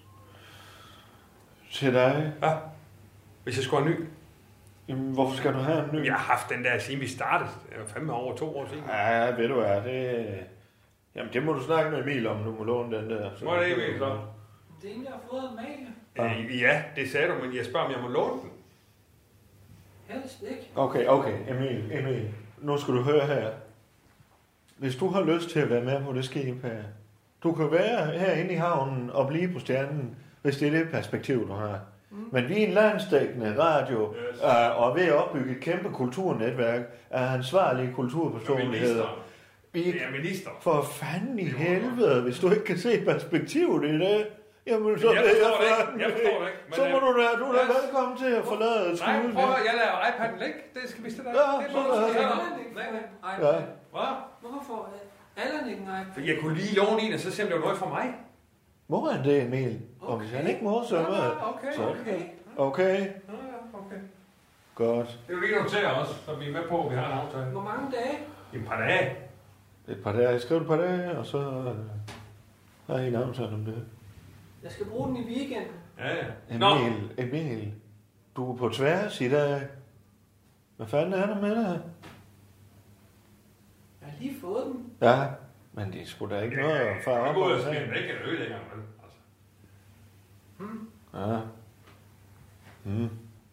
Til dig? Ja. Hvis jeg skulle have en ny. Jamen, hvorfor skal du have en ny? Jeg har haft den der, siden vi startede. Det var fandme over to år siden. Ja, ved du hvad, det... Jamen, det må du snakke med Emil om, du må låne den der. Så må det Emil, så? Det er en, jeg har fået af Amalie. Øh, ja, det sagde du, men jeg spørger, om jeg må låne den. Helst ikke. Okay, okay, Emil, Emil. Nu skal du høre her. Hvis du har lyst til at være med på det skib her, du kan være herinde i havnen og blive på stjernen, hvis det er det perspektiv, du har. Mm. Men vi er en landsdækkende radio, yes. øh, og ved at opbygge et kæmpe kulturnetværk af ansvarlige kulturpersonligheder. Det er minister. For fanden i helvede, hvis du ikke kan se perspektivet i det, jamen så jeg det forstår det ikke. Jeg forstår det ikke. Men så må du da, du er da velkommen til at forlade skolen. Nej, prøv at jeg lader iPad'en ligge. Det skal vi stille dig. Ja, det så må du er stille det. dig. Ja. Hvad? Hvorfor får Allan ikke en iPad? Jeg kunne lige låne en, og så se om det var noget for mig. Må han det, Emil? Okay. Og hvis han ikke må, så er det. Okay, okay. Okay. Okay. Godt. Det er jo lige notere også, så vi er med på, at vi har en aftale. Hvor mange dage? Et par dage. Et par dage. Jeg skriver et par dage, og så øh, har jeg en aftale om det. Jeg skal bruge den i weekenden. Ja, ja. Emil, Emil, du er på tværs i dag. Hvad fanden er der med dig? Jeg har lige fået den. Ja, men det er sgu da ikke noget at fare op. Jeg går ud og skal den ikke eller ødelægger, vel? Altså. Hmm. Ja. Hmm.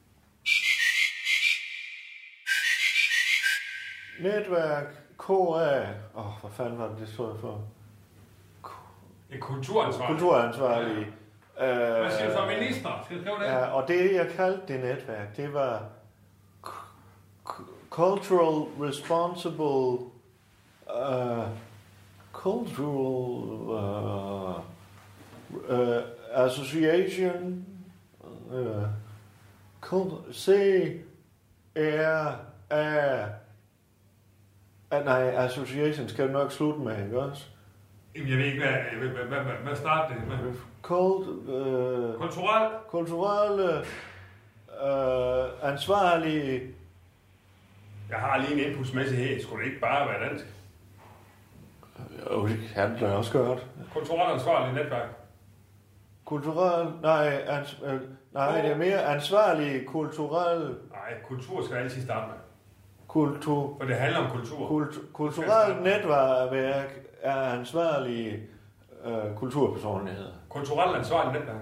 Netværk K A. Åh, oh, hvad fanden var det, det stod for? Et kulturansvarlig. Kulturansvarlig. Ja. Øh, Hvad siger du så, minister? Skal du skrive det? Ja, og det, jeg kaldte det netværk, det var Cultural Responsible uh, Cultural uh, uh, Association uh, C R A Ah, nej, association skal du nok slutte med, ikke også? Jamen, jeg ved ikke, hvad, hvad, hvad, hvad, hvad, hvad starter det med? Kult, øh, Kulturel? kulturelle, øh, ansvarlige. Jeg har lige en impulsmæssighed. Skulle det ikke bare være dansk? Jo, det kan det også godt. Kulturelt ansvarlig netværk. Kulturel, nej, ans, øh, nej, det er mere ansvarlige kulturelle. Nej, kultur skal altid starte med. Kultur. For det handler om kultur. Kult, kulturelt netværk er ansvarlige øh, kulturpersonligheder. Kulturelt ansvarlig netværk.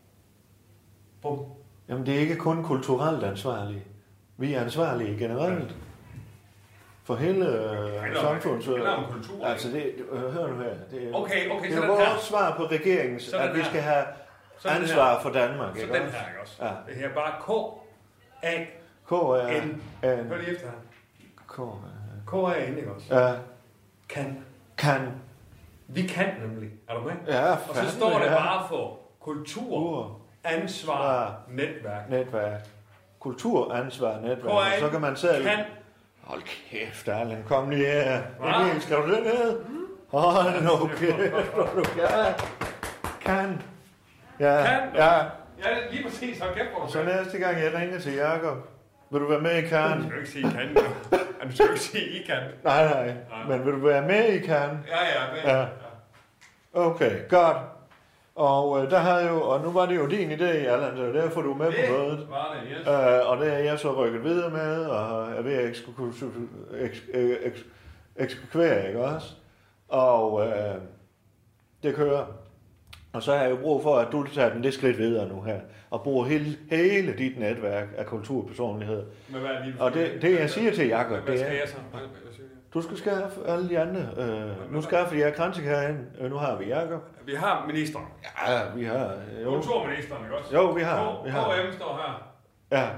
Bum. Jamen, det er ikke kun kulturelt ansvarlige. Vi er ansvarlige generelt. For hele øh, samfundet. Det handler om kultur. Altså, det, øh, hør nu her. Det, Okay, okay, det så er den her. vores svar på regeringen, Så at den vi her. skal have Så den ansvar her. for Danmark. Så ikke den også? her, ikke også? Ja. Det her er bare K A K er N. N. Hør lige efter her. K er K A N, ikke også? Ja. Kan. Kan. Vi kan nemlig. Er du med? Ja, Og så står det ja. bare for kultur, Kultur, ansvar, netværk. netværk. Kultur, ansvar, netværk. K A N. Og så kan man selv... Kan. Hold kæft, Erlen, kom lige her. Hva? Emil, skal du det ned? Hold nu kæft, hvor du kan. Kan. Ja, Kan. ja. Ja, lige præcis. Hold kæft, hvor du Så kan. næste gang jeg ringer til Jakob, vil du være med i Du Kan? skal jo ikke sige kan. jo. Du skal jo ikke sige I kan. Nej, nej. Men vil du være med i Kan? Ja, ja. Men, Ja. Okay, godt. Og øh, der havde jo, og nu var det jo din idé, Allan, så derfor du er med på mødet. Det var det, yes. Øh, og det er jeg så rykket videre med, og er ved at eksekvere, eks- eks- eksekvere, ikke også? Og øh, det kører. Og så har jeg jo brug for, at du tager den det skridt videre nu her, og bruger hele, hele dit netværk af kulturpersonligheder. Men hvad er lige Og det, det jeg siger til Jakob, Hvad det skal er, jeg så? Hvad, hvad siger jeg? du skal skaffe alle de andre. Øh, nu skaffer jeg Krantik herinde. Øh, nu har vi Jakob. Vi har ministeren. Ja, vi har... Jo, Kulturministeren, ikke også? jo vi har. Vi har. K M står her. Ja,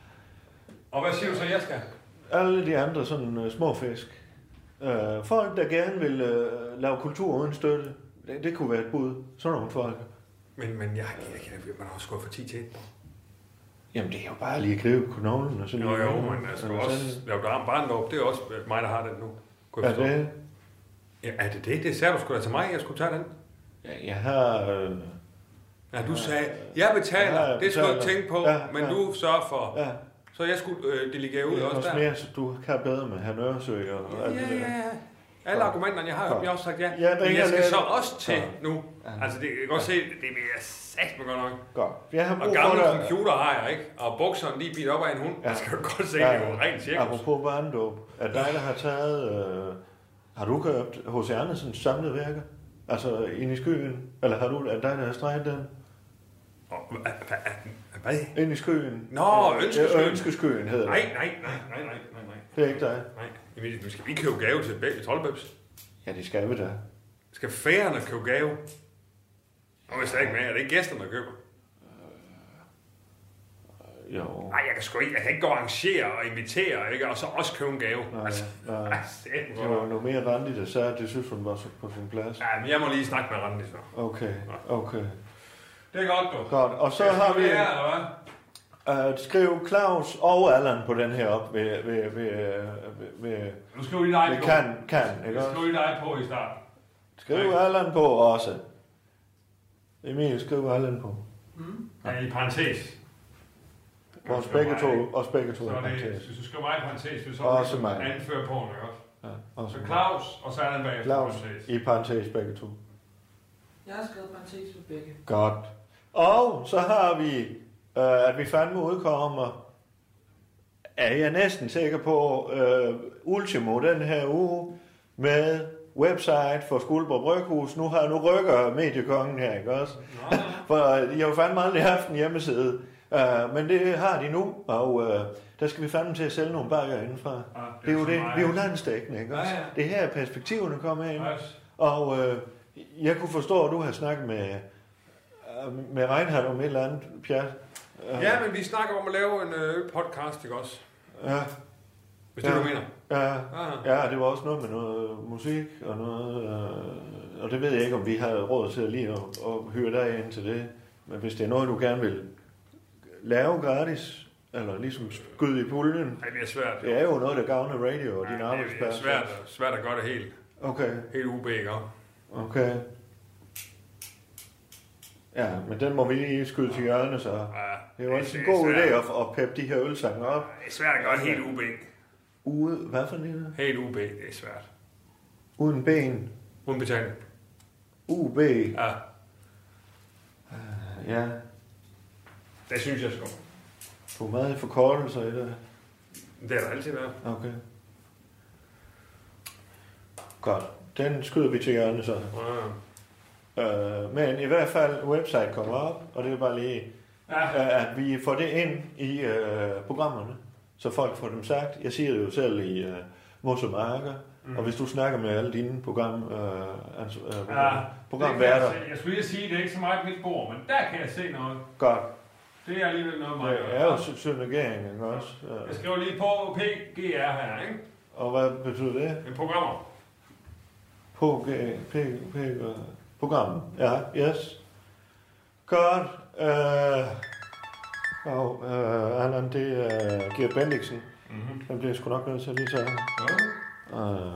Og hvad siger du så, jeg skal? alle de andre sådan uh, små fisk. Uh, folk, der gerne vil uh, lave kultur uden støtte, det, det kunne være et bud. Sådan nogle folk. Men, men jeg, jeg, jeg, man har også gået for ti til et. Jamen, det er jo bare lige at gribe på knoglen og så lige... Jo, jo, men jeg skal også lave darm barndåb. Det er også mig, der har den nu. Kunne jeg Er forstå. det? Ja, er det det? Det sagde du sgu da til mig, jeg skulle tage den. Ja, jeg har... Øh, Ja, du sagde, jeg betaler, Ja, jeg det skal du betaler. tænke på, Ja, men ja. du sørger for. ja, Så jeg skulle øh, delegere ud det er også også der. mere, så du kan bedre med Herr Nørresø og Ja, alt det ja, der. ja. Alle argumenterne, jeg har Godt. hørt, jeg har også sagt ja. Jeg Men ringer jeg skal lidt. så også til Ja. nu. Altså, det, jeg kan godt se, det bliver satme godt nok. Godt. Jeg har Og brug gamle for dig. computer har jeg, ikke? Og bukserne lige bidt op af en hund. Ja. Jeg skal jo godt se, Ja, det er jo rent cirkus. Apropos barndåb. Er det dig, der har taget... Øh, har du købt H C Andersens samlede værker? Altså ind i skyen? Eller har du... Er det dig, der har streget den? Og, hvad- hvad- Hvad? Ind i skyen? Nå, ønskeskyen. Ja, ønskeskyen hedder Nej, det. nej, nej, nej, nej, nej, nej. Det er ikke dig. Nej, Jamen, vi skal vi købe gave til Bæ- Troldbæbs? Ja, det skal vi da. Skal færerne købe gave? Og hvis der ikke med, er det ikke gæsterne, der køber? Jo. Nej, jeg kan sgu ikke, jeg kan ikke gå og arrangere og invitere, ikke? Og så også købe en gave. Nej, altså, nej. ej, sæt Det var noget mere Randi, der sagde, at det synes hun var så på sin plads. Ja, men jeg må lige snakke med Randi så. Okay, okay. Det er godt, du. Godt, og så Skal jeg har skrive vi... det her, eller hvad? Uh, skriv Claus og Allan på den her op ved, ved, ved, ved, ved, Nu skriver I dig ved på. kan, kan, ikke Nu også? skriver I dig på i starten. Skriv Nej. Allan på også. Emil, skriv Allan på. Ja, i parentes. Vores begge to, os begge to Så er er det, parentes. hvis du skriver mig i parentes, vil så Også ligesom mig. anføre på, ikke også? Ja, også Så Claus, og så er den bagefter Claus parentes. i parentes begge to. Jeg har skrevet parentes for begge. Godt. Og så har vi, øh, at vi fandme udkommer, er jeg næsten sikker på, øh, Ultimo den her uge, med website for Skuldborg Bryghus. Nu har nu rykker mediekongen her, ikke også? Nå, For de har jo fandme aldrig haft en hjemmeside. Uh, men det har de nu, og uh, der skal vi fandme til at sælge nogle bakker indenfra. Ja, Det er jo så det. meget. Vi er jo landsdækkende, ikke også? Ja, ja. Det her er perspektiverne kommer ind. Yes. Og uh, jeg kunne forstå, at du har snakket med, uh, med Reinhardt om et eller andet pjat. Uh, Ja, men vi snakker om at lave en øh, podcast, ikke også? ja, Hvis det Ja. du mener. ja, Ja. ja, det var også noget med noget musik og noget, uh, og det ved jeg ikke, om vi har råd til lige at, at hyre dig ind til det. Men hvis det er noget, du gerne vil lave gratis, Eller ligesom skyde i puljen. Nej, det er svært. Det er jo noget, der gavner radio og Nej, din det er arbejdsplads. svært, svært at gøre det helt. Okay. Helt U B, ikke? Okay. Ja, men den må vi lige skyde til hjørne, så. Ja, det er jo også en god idé at, at peppe de her ølsange op. Det er svært at gøre helt U B. Ude, hvad for det? Helt U B, det er svært. Uden ben. Uden betaling. U B. Ja. Uh, ja. Det synes jeg sgu. Du er meget forkortelser i det. Det er der altid været. Okay. Godt. Den skyder vi til hjørne, så. Ja. Uh, men i hvert fald, website kommer op, og det er bare lige, ja. uh, at vi får det ind i uh, programmerne, så folk får dem sagt. Jeg siger det jo selv i uh, Mos og Marker, mm. og hvis du snakker med alle dine program, uh, altså, uh, ja, programværter. Jeg, jeg skulle lige sige, at det er ikke så meget mit bord, men der kan jeg se noget. Godt. Det er alligevel noget meget. Det er jo synergering, ikke også? Uh, jeg skriver lige på P G R her, ikke? Og hvad betyder det? En programmer. På G, P, P, uh, program. Ja, yes. Godt. Uh, og uh, Allan, det er uh, Gert Bendiksen. Mm-hmm. Den bliver sgu nok nødt til at lige tage. Ja. Uh,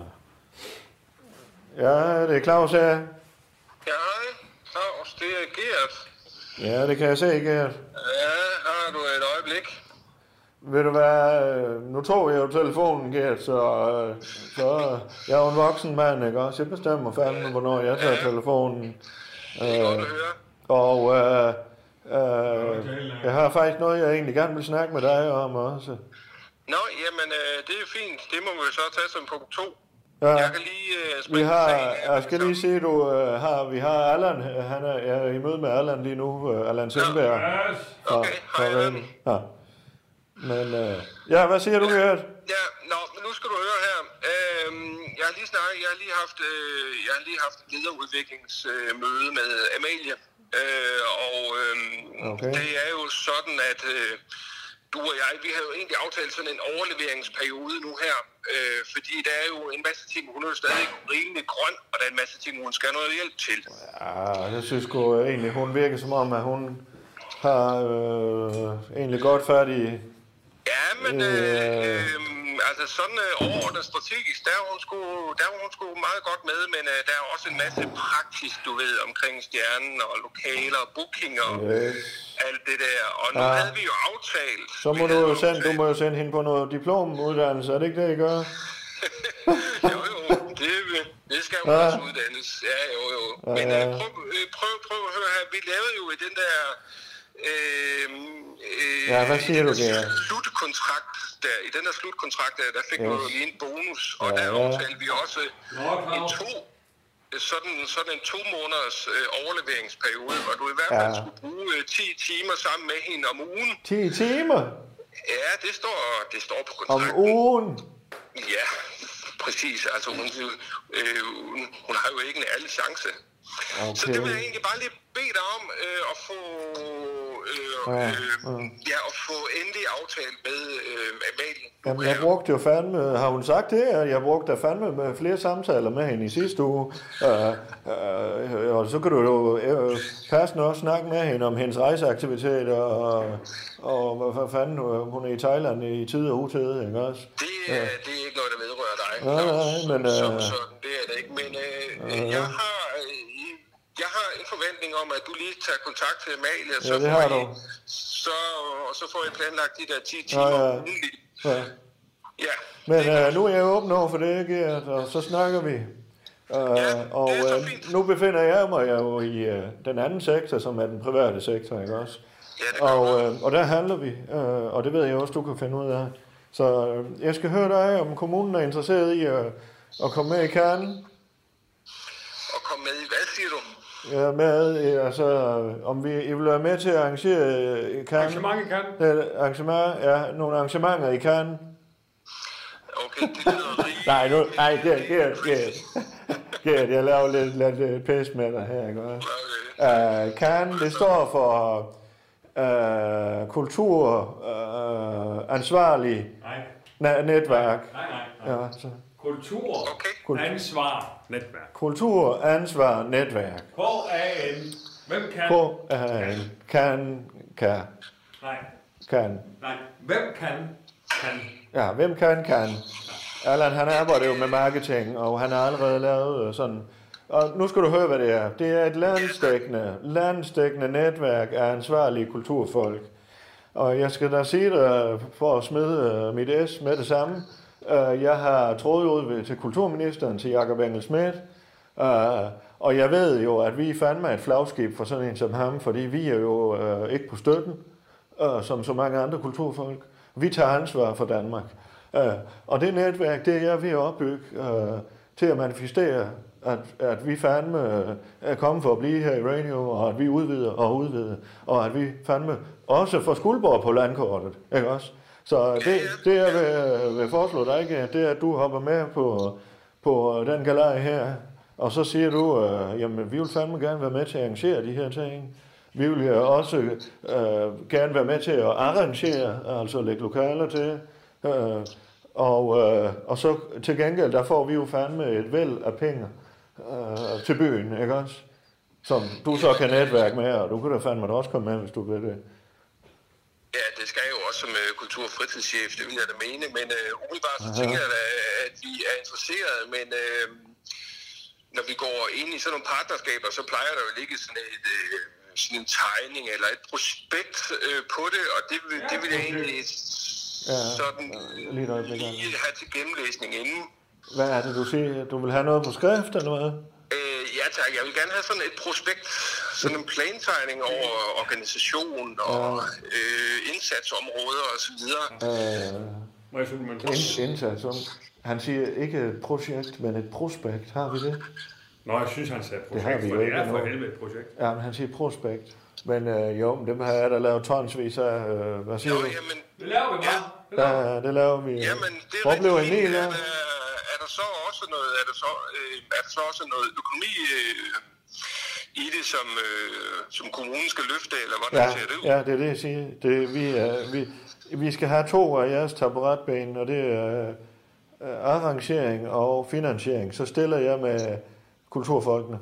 ja, det er Claus her. Ja, hej. Claus, det er Gert. Ja, det kan jeg se, Gert. Ja, har du et øjeblik? Ved du hvad, nu tog jeg jo telefonen, Gert, så, så jeg er jo en voksen mand, ikke også? Jeg bestemmer fandme, hvornår jeg tager ja. telefonen. Det er godt at høre. Og øh, øh, jeg har faktisk noget, jeg egentlig gerne vil snakke med dig om også. Nå, jamen, øh, det er fint. Det må vi så tage som punkt to. Ja. Jeg kan lige øh, springe vi har, sagen, jeg skal lige sige, du øh, har, vi har Allan, han er, jeg er i møde med Allan lige nu, øh, Allan Sindberg. Ja. Okay, hej Allan. Ja. Men, øh, ja, hvad siger du, Gert? Ja, nå, men nu skal du høre her. Øhm, jeg har lige snakket, jeg har lige haft, øh, jeg har lige haft et lederudviklingsmøde øh, med Amalie. Øh, og øh, okay. Det er jo sådan, at øh, du og jeg, vi har jo egentlig aftalt sådan en overleveringsperiode nu her. Øh, fordi der er jo en masse ting, hun er jo stadig rimelig grøn, og der er en masse ting, hun skal have noget hjælp til. Ja, jeg synes sgu egentlig, hun virker som om, at hun har øh, egentlig godt fat i... Ja, men øh, øh, altså sådan øh, overordnet strategisk, der er, hun sgu, der er hun sgu meget godt med, men øh, der er også en masse praktisk, du ved, omkring stjernen og lokaler og booking og yes. alt det der. Og nu ja. havde vi jo aftalt... Så må du jo sende, du må jo sende hende på noget diplomuddannelse, er det ikke det, I gør? jo, jo, det, det skal jo ja. også uddannes. Ja, jo, jo. Ja, men øh, prøv, prøv, prøv at høre her, vi lavede jo i den der... Øh, øh, ja, hvad siger du der? Slutkontrakt der, i den der slutkontrakt der, der fik yes. vi en bonus, og ja, der aftalte vi også Nå, en to, sådan, sådan en to måneders øh, overleveringsperiode, hvor du i hvert fald ja. skulle bruge øh, ti timer sammen med hende om ugen. ti timer? Ja, det står, det står på kontrakten. Om ugen? Ja, præcis. Altså, hun, øh, hun har jo ikke en ærlig chance. Okay. Så det vil jeg egentlig bare lige bede dig om øh, at få øh, ja, øh, ja, at få endelig aftalt med øh, Amalie. Jamen, jeg brugte jo fandme, har hun sagt det? Jeg brugte da fandme med flere samtaler med hende i sidste uge. Øh, øh, og så kan du jo øh, passende også snakke med hende om hendes rejseaktiviteter, og, og hvad fanden, hun er i Thailand i tid og utid, ikke også? Det, øh, det er ikke noget, der vedrører dig. Nej, nej, men... Øh, som sådan, det er det ikke, men øh, øh, jeg har... Jeg har en forventning om, at du lige tager kontakt til Amalie, så, ja, det har får du. I, så, og så får I planlagt de der ti timer ja, ja. ugenligt. Ja. Ja, men øh, nu er jeg åben over for det, Gert, og så snakker vi. Uh, ja, og det er så øh, fint. Nu befinder jeg mig jo i uh, den anden sektor, som er den private sektor, ikke også? Ja, det og, øh, og der handler vi, uh, og det ved jeg også, du kan finde ud af. Så uh, jeg skal høre dig, om kommunen er interesseret i uh, at komme med i kernen. Og komme med i, hvad siger du? Ja, med, altså, om vi I vil være med til at arrangere i kernen. Arrangement i kernen? Arrangement, ja, nogle arrangementer i kernen. Okay, det lyder rigtig... nej, nu, nej, Gert, Gert, Gert. Gert, jeg laver lidt, lidt pæs med dig her, ikke også? Okay. Uh, kernen, det står for uh, kultur, uh, ansvarlig nej. netværk. Nej, nej, nej. Ja, så. Kultur, okay. ansvar, netværk. Kultur, ansvar, netværk. K A N. Hvem kan? K A N. Kan, kan. Nej. kan. Nej, hvem kan? Kan. Ja, hvem kan, kan. Allan, han arbejder jo med marketing, og han har allerede lavet sådan... Og nu skal du høre, hvad det er. Det er et landsdækkende, landsdækkende netværk af ansvarlige kulturfolk. Og jeg skal da sige dig, for at smide mit S med det samme, jeg har trådet ud til kulturministeren, til Jakob Engel-Schmidt, og jeg ved jo, at vi fandme et flagskib for sådan en som ham, fordi vi er jo ikke på støtten, som så mange andre kulturfolk. Vi tager ansvar for Danmark. Og det netværk, det er jeg ved at opbygge til at manifestere, at, at vi fandme er kommet for at blive her i radio, og at vi udvider og udvider, og at vi fandme også får Skuldborg på landkortet, ikke også? Så det, det jeg vil, vil foreslå dig, ikke, det er, at du hopper med på, på den galej her, og så siger du, øh, jamen vi vil fandme gerne være med til at arrangere de her ting. Vi vil også øh, gerne være med til at arrangere, altså lægge lokaler til, øh, og, øh, og så til gengæld, der får vi jo fandme et væld af penge øh, til byen, ikke også? Som du så kan netværke med, og du kan da fandme også komme med, hvis du vil det. Ja, det skal jo også som uh, kultur- og fritidschef, det vil jeg da mene, men uh, umiddelbart så tænker jeg da, at vi er interesserede, men uh, når vi går ind i sådan nogle partnerskaber, så plejer der jo at ligge sådan, et, uh, sådan en tegning eller et prospekt uh, på det, og det, ja, det vil jeg egentlig ja, sådan lige, lige have til gennemlæsning inden. Hvad er det, du siger? Du vil have noget på skrift, eller hvad? Uh, ja tak, jeg vil gerne have sådan et prospekt, sådan en plantegning over organisation og ja. øh, indsatsområder og så videre. Øh, indsats. Han siger ikke et projekt, men et prospekt. Har vi det? Nå, jeg synes, han sagde projekt, det har vi for jo det ikke er for helvede et projekt. Ja, men han siger prospekt. Men øh, jo, dem har jeg da lavet tonsvis af. Øh, hvad siger jo, du? Jamen, det laver vi bare. Ja, det laver vi. Jamen, det er rigtig fint. Er, er der så også noget, er der så, øh, er der så også noget økonomi øh, i det, som, øh, som kommunen skal løfte, eller hvordan ja, ser det ud? Ja, det er det, jeg siger. Det, vi, er, vi, vi skal have to af jeres taburetben, og det er øh, arrangering og finansiering. Så stiller jeg med kulturfolkene.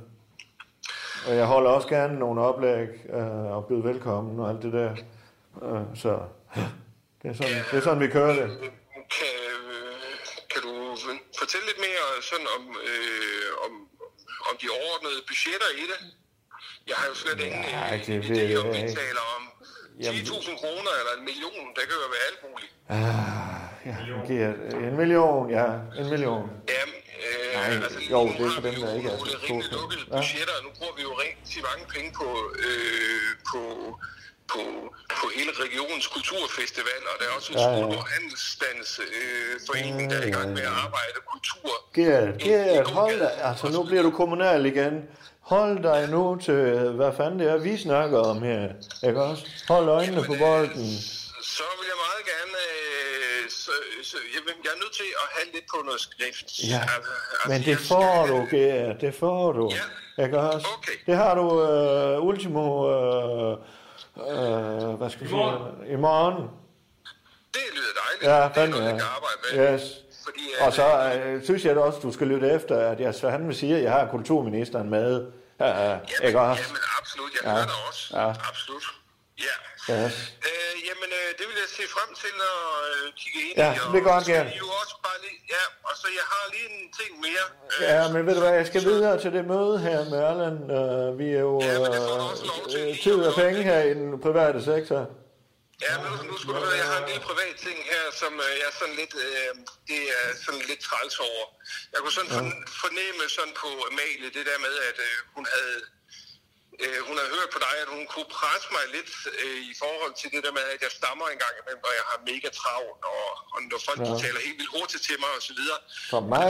Og jeg holder også gerne nogle oplæg øh, og byder velkommen og alt det der. Øh, så det er, sådan, ja, det er sådan, vi kører det. Kan, kan du fortælle lidt mere sådan om, øh, om, om de overordnede budgetter i det? Jeg har jo slet ingen ja, idé om, vi taler om ti tusind kroner eller en million. Det kan jo være alt muligt. Ah, ja, giver en million, ja, en million. Ja, øh, Nej, altså, jo, det er for dem, der ikke er så store. Rimelig lukkede budgetter, og nu bruger vi jo rigtig mange penge på, øh, på, på, på hele regionens kulturfestival, og der er også en ja, ja. stor handelsstands øh, forening, der er i gang med at arbejde kultur. Gert, Gert, hold da, altså nu bliver du kommunal igen. Hold dig nu til, hvad fanden det er, vi snakker om her, ikke også? Hold øjnene Jamen, på bolden. Så vil jeg meget gerne, øh, så, så, jeg, jeg er nødt til at have lidt på noget skrift. Ja, altså, men det får du, Gert, det får du, ja. ikke også? Okay. Det har du uh, ultimo, uh, uh, hvad skal jeg sige, i morgen. Det lyder dejligt. Ja, det er noget, jeg kan arbejde med. Yes. Fordi, og så øh, synes jeg da også, du skal lytte efter, at jeg så han vil sige, at jeg har kulturministeren med. Ja, jamen, ikke også? Jamen absolut, jeg ja. hører dig også. Ja. Absolut. Ja. Yes. Øh, jamen, øh, det vil jeg se frem til at øh, kigge ind ja, i. Ja, det er godt, gerne. Ja, og så jeg har lige en ting mere. Øh, ja, men ved du hvad, jeg skal videre til det møde her med Allan. Uh, vi er jo ja, øh, tid og penge her i den private sektor. Ja, men nu skal du høre, jeg har en lille privat ting her, som øh, jeg er sådan lidt, øh, det er sådan lidt træls over. Jeg kunne sådan ja. fornemme sådan på Amalie, det der med, at øh, hun havde, øh, hun havde hørt på dig, at hun kunne presse mig lidt øh, i forhold til det der med, at jeg stammer en gang imellem, og jeg har mega travlt, og, og når folk ja. taler helt vildt hurtigt til mig og så videre. For mig?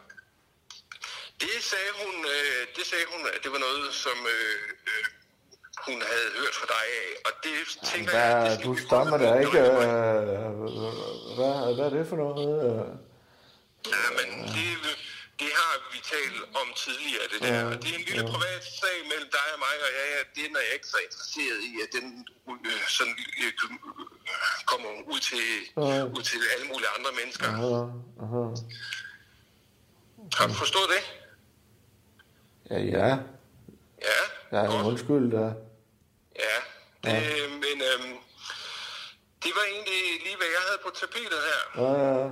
Det sagde hun, øh, det sagde hun, at det var noget, som... Øh, øh, hun havde hørt fra dig af, og det tænker hvad, jeg... Det du stammer da ikke... Øh, hvad, hvad er det for noget? Ja, men det, det har vi talt om tidligere, det der. Ja, det er en lille ja. privat sag mellem dig og mig, og jeg, det er jeg ikke så interesseret i, at den øh, sådan, øh, kommer ud til, ja. ud til alle mulige andre mennesker. Aha, aha. Har du forstået det? Ja, ja. Ja, ja, undskyld da. Ja, det, ja. men øhm, Det var egentlig lige, hvad jeg havde på tapetet her. Ja, ja.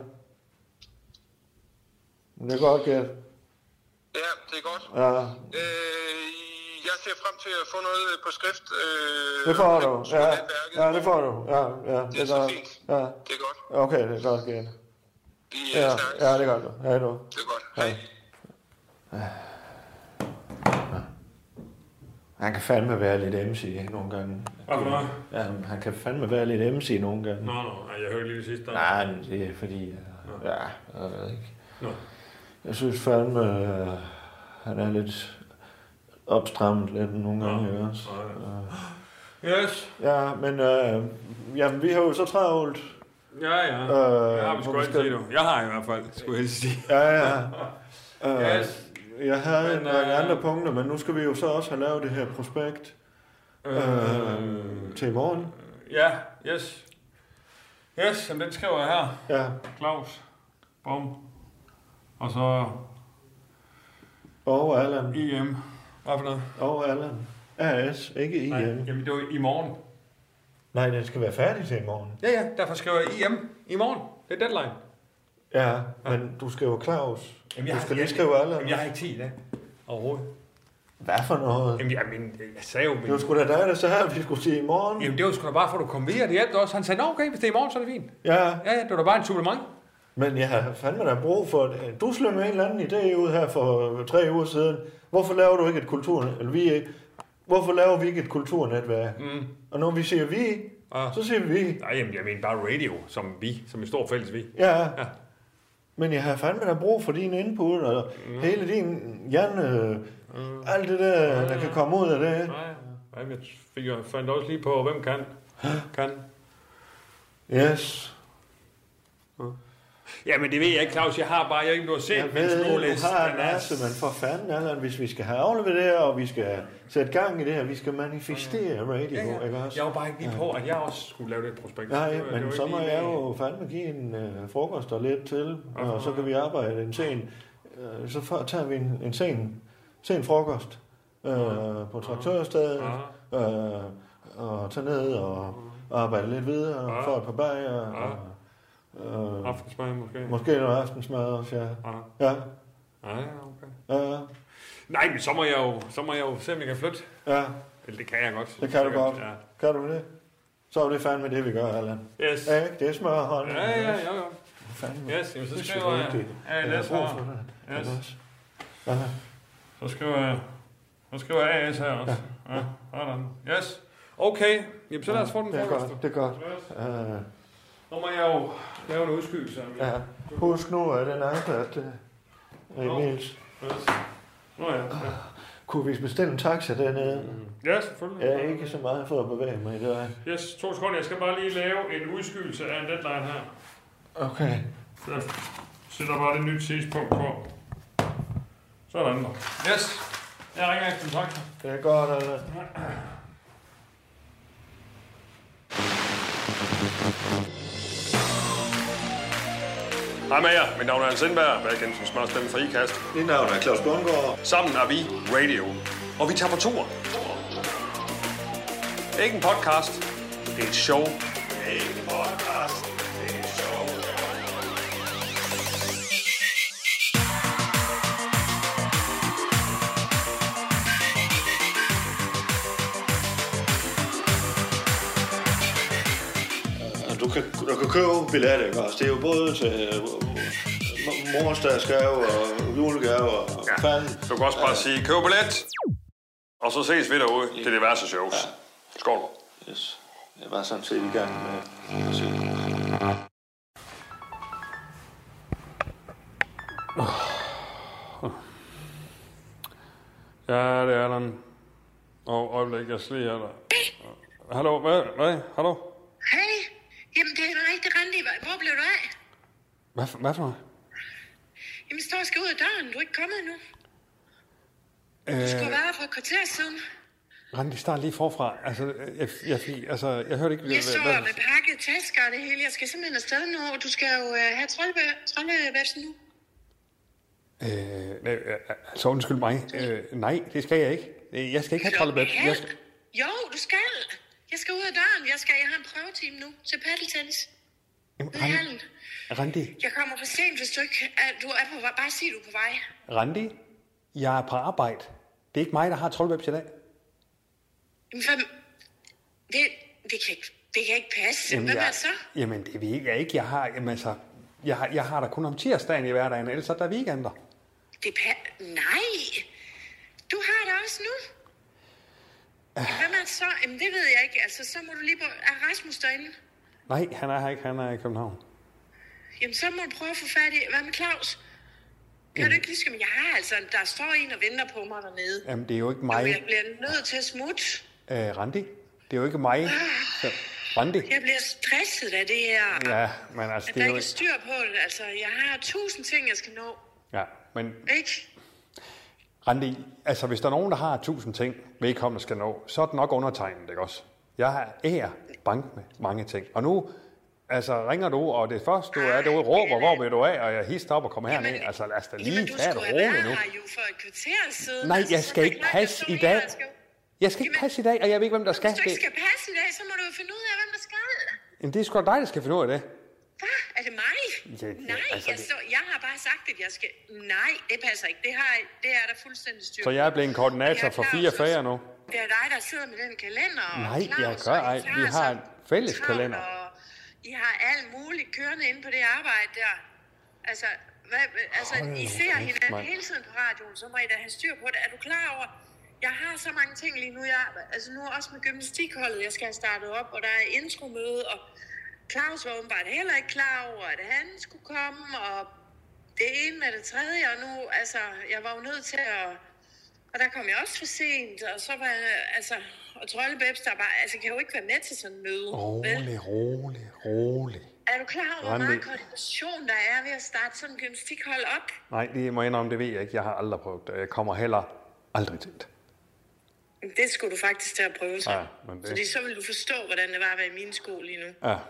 Det er godt, Gert. Ja, det er godt. Ja. Øh, jeg ser frem til at få noget på skrift. Øh, det får du. Ja. Ja, det får du. Ja, ja. Det er så godt. fint. Ja. Det er godt. Okay, det er godt, Gert. Vi ja. snakkes. Ja, det er godt. Hej du. Det er godt. Hej. Ja. Han kan fandme være lidt M C nogle gange. Hvorfor? Ja, han kan fandme være lidt M C nogle gange. Nå, nå, jeg hørte lige det sidste. Nej, men det er fordi... Ja, jeg ved ikke. Nå. Jeg synes fandme, uh, han er lidt opstrammet lidt nogle gange. Nå. Også. Ja. Yes. Ja, men uh, jamen, vi har jo så travlt. Ja, ja. Uh, jeg har vi sgu ikke sige, du. Jeg har i hvert fald, skulle jeg helst sige. Ja, ja. Uh, yes. Jeg havde men, en række øh, andre punkter, men nu skal vi jo så også have lavet det her prospekt øh, øh, til i morgen. Ja, yes. Yes, jamen den skriver jeg her. Ja. Claus. Bum. Og så... Og Allan. I M. Hvad for noget? Og Allan. A S, ikke I M. Nej, jamen det var i morgen. Nej, den skal være færdig til i morgen. Ja, ja, derfor skriver jeg I M i morgen. Det er deadline. Ja, men du skriver Claus. Jamen, jeg du skal har, lige skrive Allan. Jamen, jeg har ikke tid i dag. Overhovedet. Hvad for noget? Jamen, jamen jeg sagde jo... Det var sgu da dig, der sagde, at vi skulle sige i morgen. Jamen, det var sgu da bare for, at du kom videre. Det hjalp også. Han sagde, nå okay, hvis det er i morgen, så er det fint. Ja. Ja, ja, det var da bare en supplement. Men jeg har fandme da brug for... Du slog med en eller anden idé ud her for tre uger siden. Hvorfor laver du ikke et kultur... Eller vi ikke... Hvorfor laver vi ikke et kulturnetværk? Mm. Og når vi siger vi, ah. så siger vi... Nej, jamen, jeg mener bare radio, som vi, som en stor fælles vi. Ja, ja. Men jeg har fandme da brug for din input, og mm. hele din hjerne, mm. alt det der, ja, ja. der kan komme ud af det. Nej, jeg fik jo fandt også lige på, hvem kan. kan. Yes. Ja, men det ved jeg ikke, Claus. Jeg har bare jeg ikke noget set. Jeg ved, du har en masse, men for fanden, Allan, hvis vi skal have afleveret det her, og vi skal sætte gang i det her, vi skal manifestere radio, ja, ja. Ikke også? Jeg var bare ikke lige på, at jeg også skulle lave det prospekt. Nej, det var, men det så må jeg jo fandme give en uh, frokost og lidt til, og okay. så kan vi arbejde en sen, uh, så for, tager vi en, en sen, sen frokost uh, på traktørstedet, uh, og tage ned og arbejde lidt videre, og få et par bajer, og Uh, aftensmad måske. Måske noget aftensmad også, ja. Aha. Ja. Ja, okay. Ja, ja. Nej, men så må jeg jo, så må jeg jo se, om jeg kan flytte. Ja. Eller det kan jeg godt. Det kan du godt. Ja. Kan du det? Så er det fandme det, vi gør, Allan. Yes. Ja, ikke? Det er smørhånden. Ja, ja, ja, ja. Fandme. Yes, jamen, så skriver jeg. Ja, det er for det. Yes. Ja. Så skriver jeg, så skriver jeg A S her også. Ja. Ja, sådan. Yes. Okay, jamen så lad os få den frokost. Det er godt, det er godt. Yes. Uh, Nu må jeg jo lave en udskydelse. Ja, husk nu, at den iPad er Emils. Yes. Nå ja. ja. Kunne vi bestille en taxa dernede? Mm. Ja, selvfølgelig. Jeg er ikke så meget for at bevæge mig i det. Yes, to sekunder. Jeg skal bare lige lave en udskydelse af en deadline her. Okay. Så jeg sætter bare det nye tidspunkt på. Sådan. Yes. Jeg ringer efter en taxa. Det er godt, Allan. Hej med jer. Mit navn er Hans Sindberg. Jeg er kendt som smørstemme fra IKAST. Mit navn er Claus Bundgaard. Sammen er vi Radio. Og vi tager på tur. Ikke en podcast. Det er et show. Ikke en podcast. Det er et show. Du kan, du kan købe billetter, ikke også? Det er jo både til uh, morsdagsgave og julegave og ja. fanden. Du kan også bare sige, køb billet, og så ses vi derude ja. til diverse shows. Ja. Skål. Yes. Jeg var sådan set i gang med at se. Ja, det er den. Og øjeblik, jeg sliger dig. Hallo, hvad? Hvad? Hallo? Hej. Jamen, det er da rigtig Randi. Hvor blev du af? Hvad, hvad for noget? Jamen, jeg står og skal ud af døren. Du er ikke kommet endnu. Du øh... skulle være for et kvarter siden. Randi, start lige forfra. Altså, jeg, jeg, altså, jeg hørte ikke... Jeg står med pakket tasker og det hele. Jeg skal simpelthen afsted nu, og du skal jo uh, have troldevæfsen nu. Øh, altså, undskyld mig. Øh, nej, det skal jeg ikke. Jeg skal ikke have troldevæfsen. Skal... Jo, du skal. Jeg skal ud af døren. Jeg skal, jeg har en prøvetime nu til paddeltennis. Jamen, Nede i hallen. Randi, Jeg kommer for sent, hvis du ikke er, du er på vej. Bare sig, du er på vej. Randi, jeg er på arbejde. Det er ikke mig, der har troldwebs i dag. Jamen, hvem? Det, det, kan ikke, det kan ikke passe. Jamen, Hvem jeg, er det så? Jamen, det ved jeg ikke. Jeg har, jamen, altså, jeg har, jeg har da kun om tirsdagen i hverdagen, ellers er der weekender. Det pa- Nej. Du har det også nu. Uh. Hvem er det så? Jamen, det ved jeg ikke. Altså, så må du lige på... Er Rasmus derinde? Nej, han er her ikke. Han er i København. Jamen, så må du prøve at få fat i... Hvad med Claus? Kan Jamen. du ikke lige skrive... Ja, altså, der står en og venter på mig dernede. Jamen, det er jo ikke mig. Jeg bliver nødt til at smutte. Øh, Randi, det er jo ikke mig. Uh. Så, Randi. Jeg bliver stresset af det her. Ja, men altså, At det der er jo ikke er ikke... styr på det. Altså, jeg har tusind ting, jeg skal nå. Ja, men... Ikke? Randi, altså hvis der er nogen, der har tusind ting, vedkommende skal nå, så er det nok undertegnet, ikke også? Jeg er bank med mange ting. Og nu, altså ringer du, og det første du er, du råber, hvor vil du af, og jeg hister op og kommer herned. Jamen, altså lad os da Jamen, lige du tage det skulle have roligt været nu. her jo for et kvarter siden. Nej, Altså, jeg så skal er ikke det klart, passe der i står dag. en, der skal- Jeg skal ikke Jamen, passe i dag, og jeg ved ikke, hvem der skal. Hvis du ikke skal passe i dag, så må du jo finde ud af, hvem der skal. Jamen det er sgu da dig, der skal finde ud af det. Hvad? Er det mig? Ja, ja, Nej, altså, jeg, det- så, jeg har bare sagt, at jeg skal... Nej, det passer ikke. Det, har, det er der fuldstændig styr Så jeg er blevet en koordinator Jeg er for klar, fire så- fager nu. Det er dig, der sidder med den kalender. Og Nej, Claus, jeg gør og I ej. tager Vi har så en fælles travlt, kalender. Og I har alt muligt kørende inde på det arbejde der. Altså, hvad, altså Hold I nu ser kæft, hinanden mand. hele tiden på radioen, så må I da have styr på det. Er du klar over... Jeg har så mange ting lige nu. Jeg, altså nu også med gymnastikholdet, jeg skal have startet op, og der er intromøde, og Claus var åbenbart heller ikke klar over, at han skulle komme, og det ene med det tredje, og nu, altså, jeg var jo nødt til at... Og der kom jeg også for sent, og så var jeg, altså... Og Troldebæbs, der bare, altså, kan jo ikke være med til sådan en møde. vel? Rolig, rolig, rolig. Er du klar over, hvor Randi. meget koordination der er ved at starte sådan en gymnastikhold op? Nej, det må jeg indrømme, det ved jeg ikke. Jeg har aldrig prøvet det. Jeg kommer heller aldrig til det. Det skulle du faktisk til at prøve så. Ja, men det- Fordi så vil du forstå, hvordan det var at være i min sko lige nu. Ja.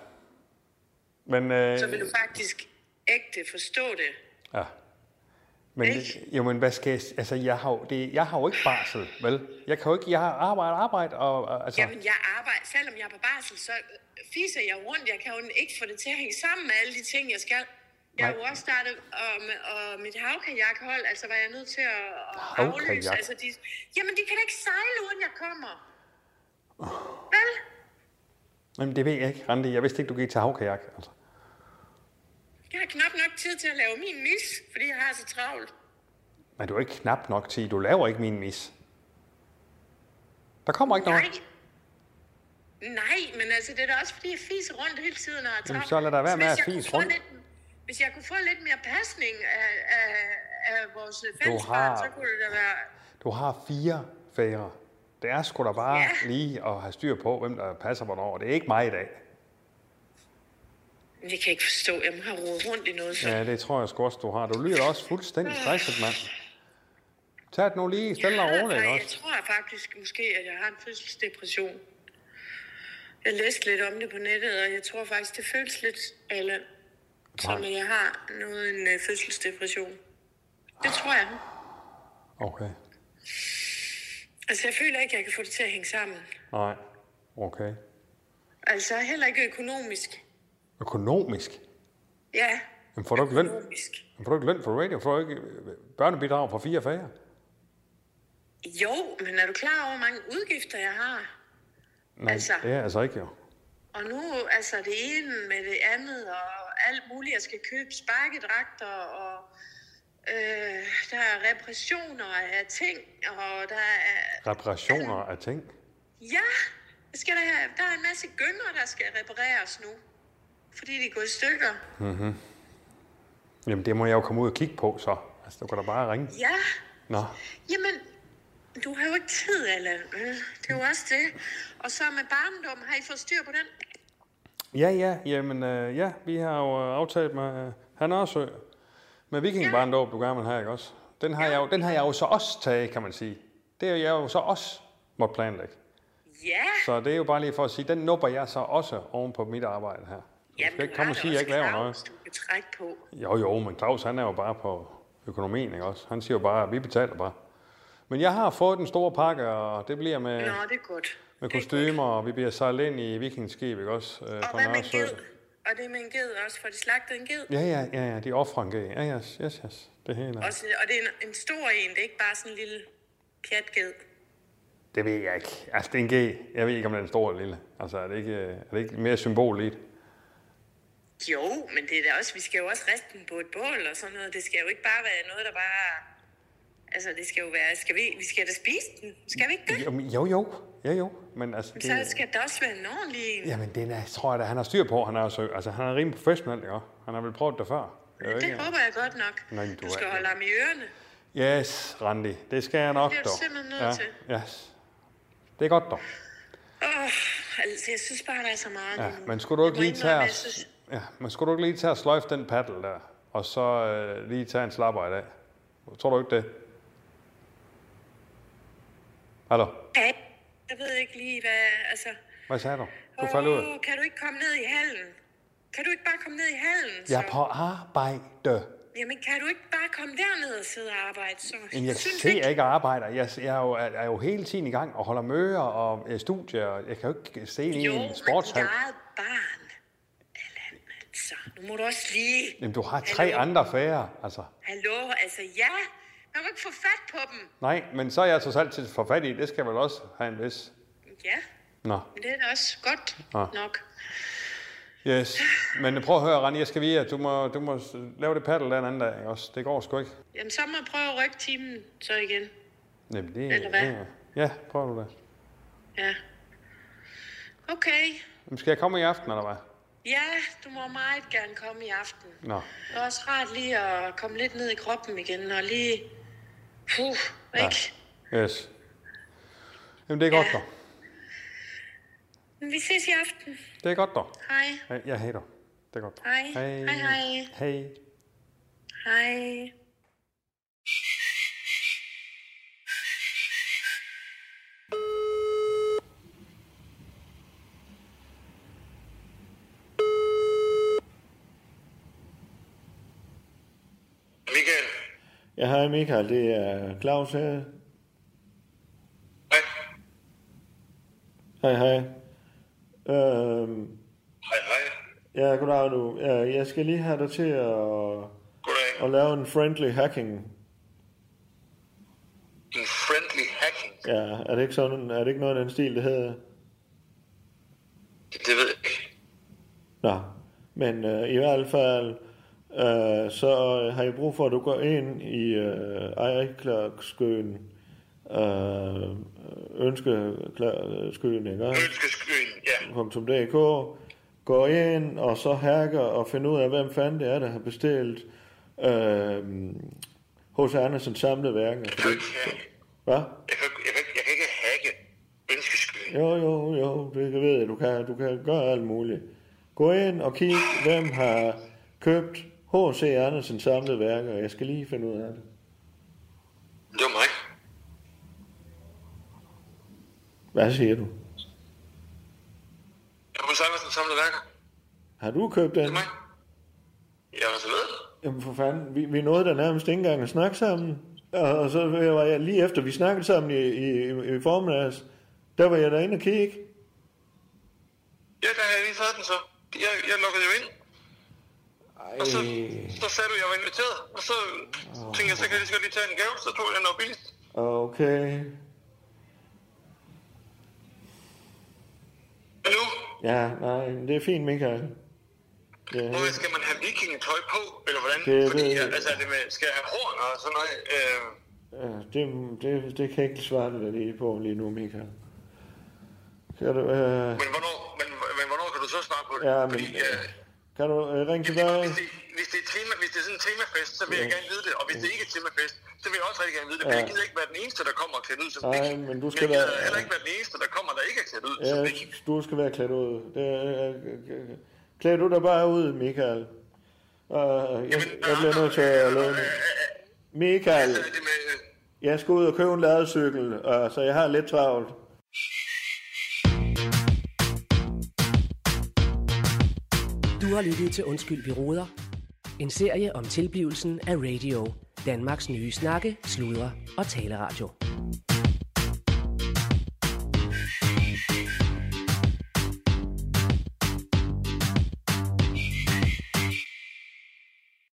Men, øh, Så vil du faktisk ægte forstå det. ja. Men, Ikke? jo, men hvad skal jeg... Altså, jeg har, jo, det, jeg har jo ikke barsel, vel? Jeg kan jo ikke... Jeg har arbejde, arbejde, og... og altså... Jamen, jeg arbejder, selvom jeg er på barsel, så fiser jeg rundt. Jeg kan jo ikke få det til at hænge sammen med alle de ting, jeg skal. Jeg har jo Nej. også startet, og, med- og mit havkajakhold, altså var jeg nødt til at, at Havkajak? aflyse. Altså, de, jamen, de kan da ikke sejle, uden jeg kommer. Vel? Men det ved jeg ikke, Randi. Jeg vidste ikke, du gik til havkajak. Altså. Jeg har knap nok tid til at lave min mis, fordi jeg har så travlt. Men du er ikke knap nok til. Du laver ikke min mis. Der kommer ikke Nej. noget. Nej, men altså, det er da også, fordi jeg fiser rundt hele tiden og er Jamen, travlt. så lad da være Så med hvis at jeg kunne fise få rundt. Lidt, hvis jeg kunne få lidt mere pasning af, af, af vores fællesbarn, har- så kunne det da være... Du har fire fædre. Det er sgu da bare Ja. lige at have styr på, hvem der passer hvornår. Det er ikke mig i dag. Men det kan jeg ikke forstå. Jeg må have rodet rundt i noget, så... Ja, det tror jeg sgu også, du har. Du lyder også fuldstændig stresset, mand. Tag det nu lige stille og Jeg, roligt, ikke jeg også? tror faktisk måske, at jeg har en fødselsdepression. Jeg læste lidt om det på nettet, og jeg tror faktisk, det føles lidt, eller, som at jeg har noget en uh, fødselsdepression. Det tror jeg. Okay. Altså, jeg føler ikke, at jeg kan få det til at hænge sammen. Nej. Okay. Altså, heller ikke økonomisk. Økonomisk? Ja, Jamen, får du ikke løn? økonomisk. Jamen, får du ikke løn for radio? Får du ikke øh, børnebidrag for fire fædre? Jo, men er du klar over, hvor mange udgifter jeg har? Nej, Altså. det er altså ikke jo. Og nu, altså det ene med det andet, og alt muligt. Jeg skal købe sparkedragter, og øh, der er reparationer af ting, og der er... Reparationer af ting. Ja, jeg skal der, have, der er en masse gynger, der skal repareres nu. Fordi de er gået i stykker. Mm-hmm. Jamen, det må jeg jo komme ud og kigge på, så. Altså, du kan da bare ringe. Ja, Nå. jamen, du har jo ikke tid, Allan. vel? Det er jo også det. Og så med barndom, har I fået styr på den? Ja, ja, jamen, øh, ja, vi har jo øh, aftalt med øh, Han også med vikingbarndåb, du gerne vil have, ikke også? Den har, jeg jo, den har jeg jo så også taget, kan man sige. Det er jeg jo så også måtte planlægge. Ja. Så det er jo bare lige for at sige, den nupper jeg så også oven på mit arbejde her. Du skal ikke komme og sige, at jeg ikke laver noget. Du kan trække på. Jo, jo, men Claus, han er jo bare på økonomien, ikke også? Han siger jo bare, at vi betaler bare. Men jeg har fået en stor pakke, og det bliver med, Nå, det er godt. med kostymer, og vi bliver sejlet ind i vikingskib, ikke også? Øh, Og hvad med en ged? Og det er med en ged også, for de slagtede en ged? Ja, ja, ja, ja, de offrer en ged. Ja, yes, yes, yes. Det er helt Også, og det er en, en stor en, det er ikke bare sådan en lille pjatged. Det ved jeg ikke. Altså, det er en ged. Jeg ved ikke, om den er stor eller lille. Altså, er det ikke, er det ikke mere symbol i det? Jo, men det er da også, vi skal jo også riste den på et bål og sådan noget. Det skal jo ikke bare være noget, der bare... Altså, det skal jo være... Skal vi, vi skal da spise den? Skal vi ikke det? Jo, jo. Ja, jo. Men altså... Det... Så skal der også være en ordentlig en. Jamen, den er, tror jeg da, han har styr på. Han er, også, altså, han er rimelig professionel, ikke? Han har vel prøvet det før. Ja, det ikke, håber jeg godt nok. Nej, du, du skal er, holde ham i ørerne. Yes, Randi. Det skal jeg nok, dog. Det er du simpelthen nødt ja, til. Yes. Det er godt, dog. Åh, oh, altså, jeg synes bare, der er så meget. Ja, men skulle du ikke lige tage... Synes... Ja, men skulle du ikke lige tage og sløjfe den paddel der, og så øh, lige tage en slapper i dag? Tror du ikke det? Hallo? Ja, jeg ved ikke lige, hvad... Altså... Hvad sagde du? Du oh, falder ud. Kan du ikke komme ned i hallen? Kan du ikke bare komme ned i hallen, så? Jeg er på arbejde. Jamen, kan du ikke bare komme derned og sidde og arbejde, så? Men jeg synes ser ikke, ikke arbejder. Jeg, jeg er, jo, er jo hele tiden i gang og holder møder og øh, studier. Og jeg kan jo ikke se ind i en sportshal. Jo, men dit eget barn. Eller, altså, nu må du også lige... Jamen, du har tre Hallo? andre fære, altså. Hallo, altså, ja. Man må ikke få fat på dem. Nej, men så er jeg så altid for fat i. Det skal vel også have en vis... Ja, Nå. men det er da også godt Nå. nok. Yes, men prøv at høre, Rani, jeg skal vide, at du må, du må lave det paddle den anden dag, ikke også? Det går sgu ikke. Jamen, så må jeg prøve at rykke timen så igen. Jamen, det, Eller hvad? Ja, ja, prøv du det. Ja. Okay. Jamen, skal jeg komme i aften, eller hvad? Ja, du må meget gerne komme i aften. Nå. Det er også rart lige at komme lidt ned i kroppen igen, og lige... Puh, ikke? Ja. Yes. Jamen, det er godt, Ja. dog. Men vi ses i aften. Det er godt, dog. Hej. Ja, hej dog. Det er godt. Hej. Hej. Hej, hej. Hej. Hej. Michael. Ja, hej Michael, det er Claus her. Hej. Hej, hej. Øhm, Hej, hej. ja, goddag du. Ja, jeg skal lige have dig til at, at lave en friendly hacking. En friendly hacking? Ja, er det ikke sådan, er det ikke noget af den stil, det hedder? Det, det ved jeg ikke. Nå, men øh, i hvert fald, øh, så har jeg brug for, at du går ind i øh, iCloud-skøen, øh, ønskeskøen, ikke? Ønskeskøen, ja. .dk, går ind og så hacker og finder ud af, hvem fanden det er, der har bestilt øh, H C Andersens samlede værker. Hvad? Jeg kan, jeg, kan, jeg kan ikke hacke ønskeskøen. Jo, jo, jo, det kan ved jeg, du kan, du kan gøre alt muligt. Gå ind og kig, hvem har købt H C Andersens samlede værker. Jeg skal lige finde ud af det. Det var mig. Hvad siger du? Jeg har Andersens samlede værker. Har du købt den? Det er mig. Jeg har så med. Jamen for fanden, vi, vi nåede da nærmest ikke engang at snakke sammen. Og, og så var jeg lige efter, vi snakkede sammen i, i, i, i formiddags, der var jeg derinde og kigge. Ja, der har jeg lige taget den så. Jeg, jeg lukkede jo ind. Ej. Og så, så sagde du, at jeg var inviteret. Og så oh. tænkte jeg, så kan jeg lige så lige tage en gave. Så tog jeg noget billigt. Okay. Men nu? Ja, nej, det er fint, Michael. Ja. Hvor skal man have vikingetøj på, eller hvordan? Det, Fordi, det, jeg, altså, det med, skal jeg have horn og sådan noget? Øh... Ja, det, det, det kan jeg ikke svare dig lige på lige nu, Michael. Kan du, øh... men, hvornår, men, men hvornår kan du så svare på det? Ja, men... Fordi, øh... Kan du øh, ringe tilbage? Hvis det, hvis, det er tema, hvis det er sådan en temafest, så vil ja. jeg gerne vide det. Og hvis det ikke er temafest, så vil jeg også rigtig gerne vide det. Ja. Men jeg gider ikke være den eneste, der kommer og klædt ud som Nej, viking. men du skal jeg gider være... heller ikke være den eneste, der kommer, der ikke er klædt ud ja, som viking. Du skal være klædt ud. Det, øh, klæd du dig bare ud, Michael. Uh, jeg, Jamen, jeg bliver nødt til at lade mig. Michael, jeg skal ud og købe en ladecykel, uh, så jeg har lidt travlt. Du har lyttet til Undskyld, vi roder. En serie om tilblivelsen af radio. Danmarks nye snakke, sludre og taleradio.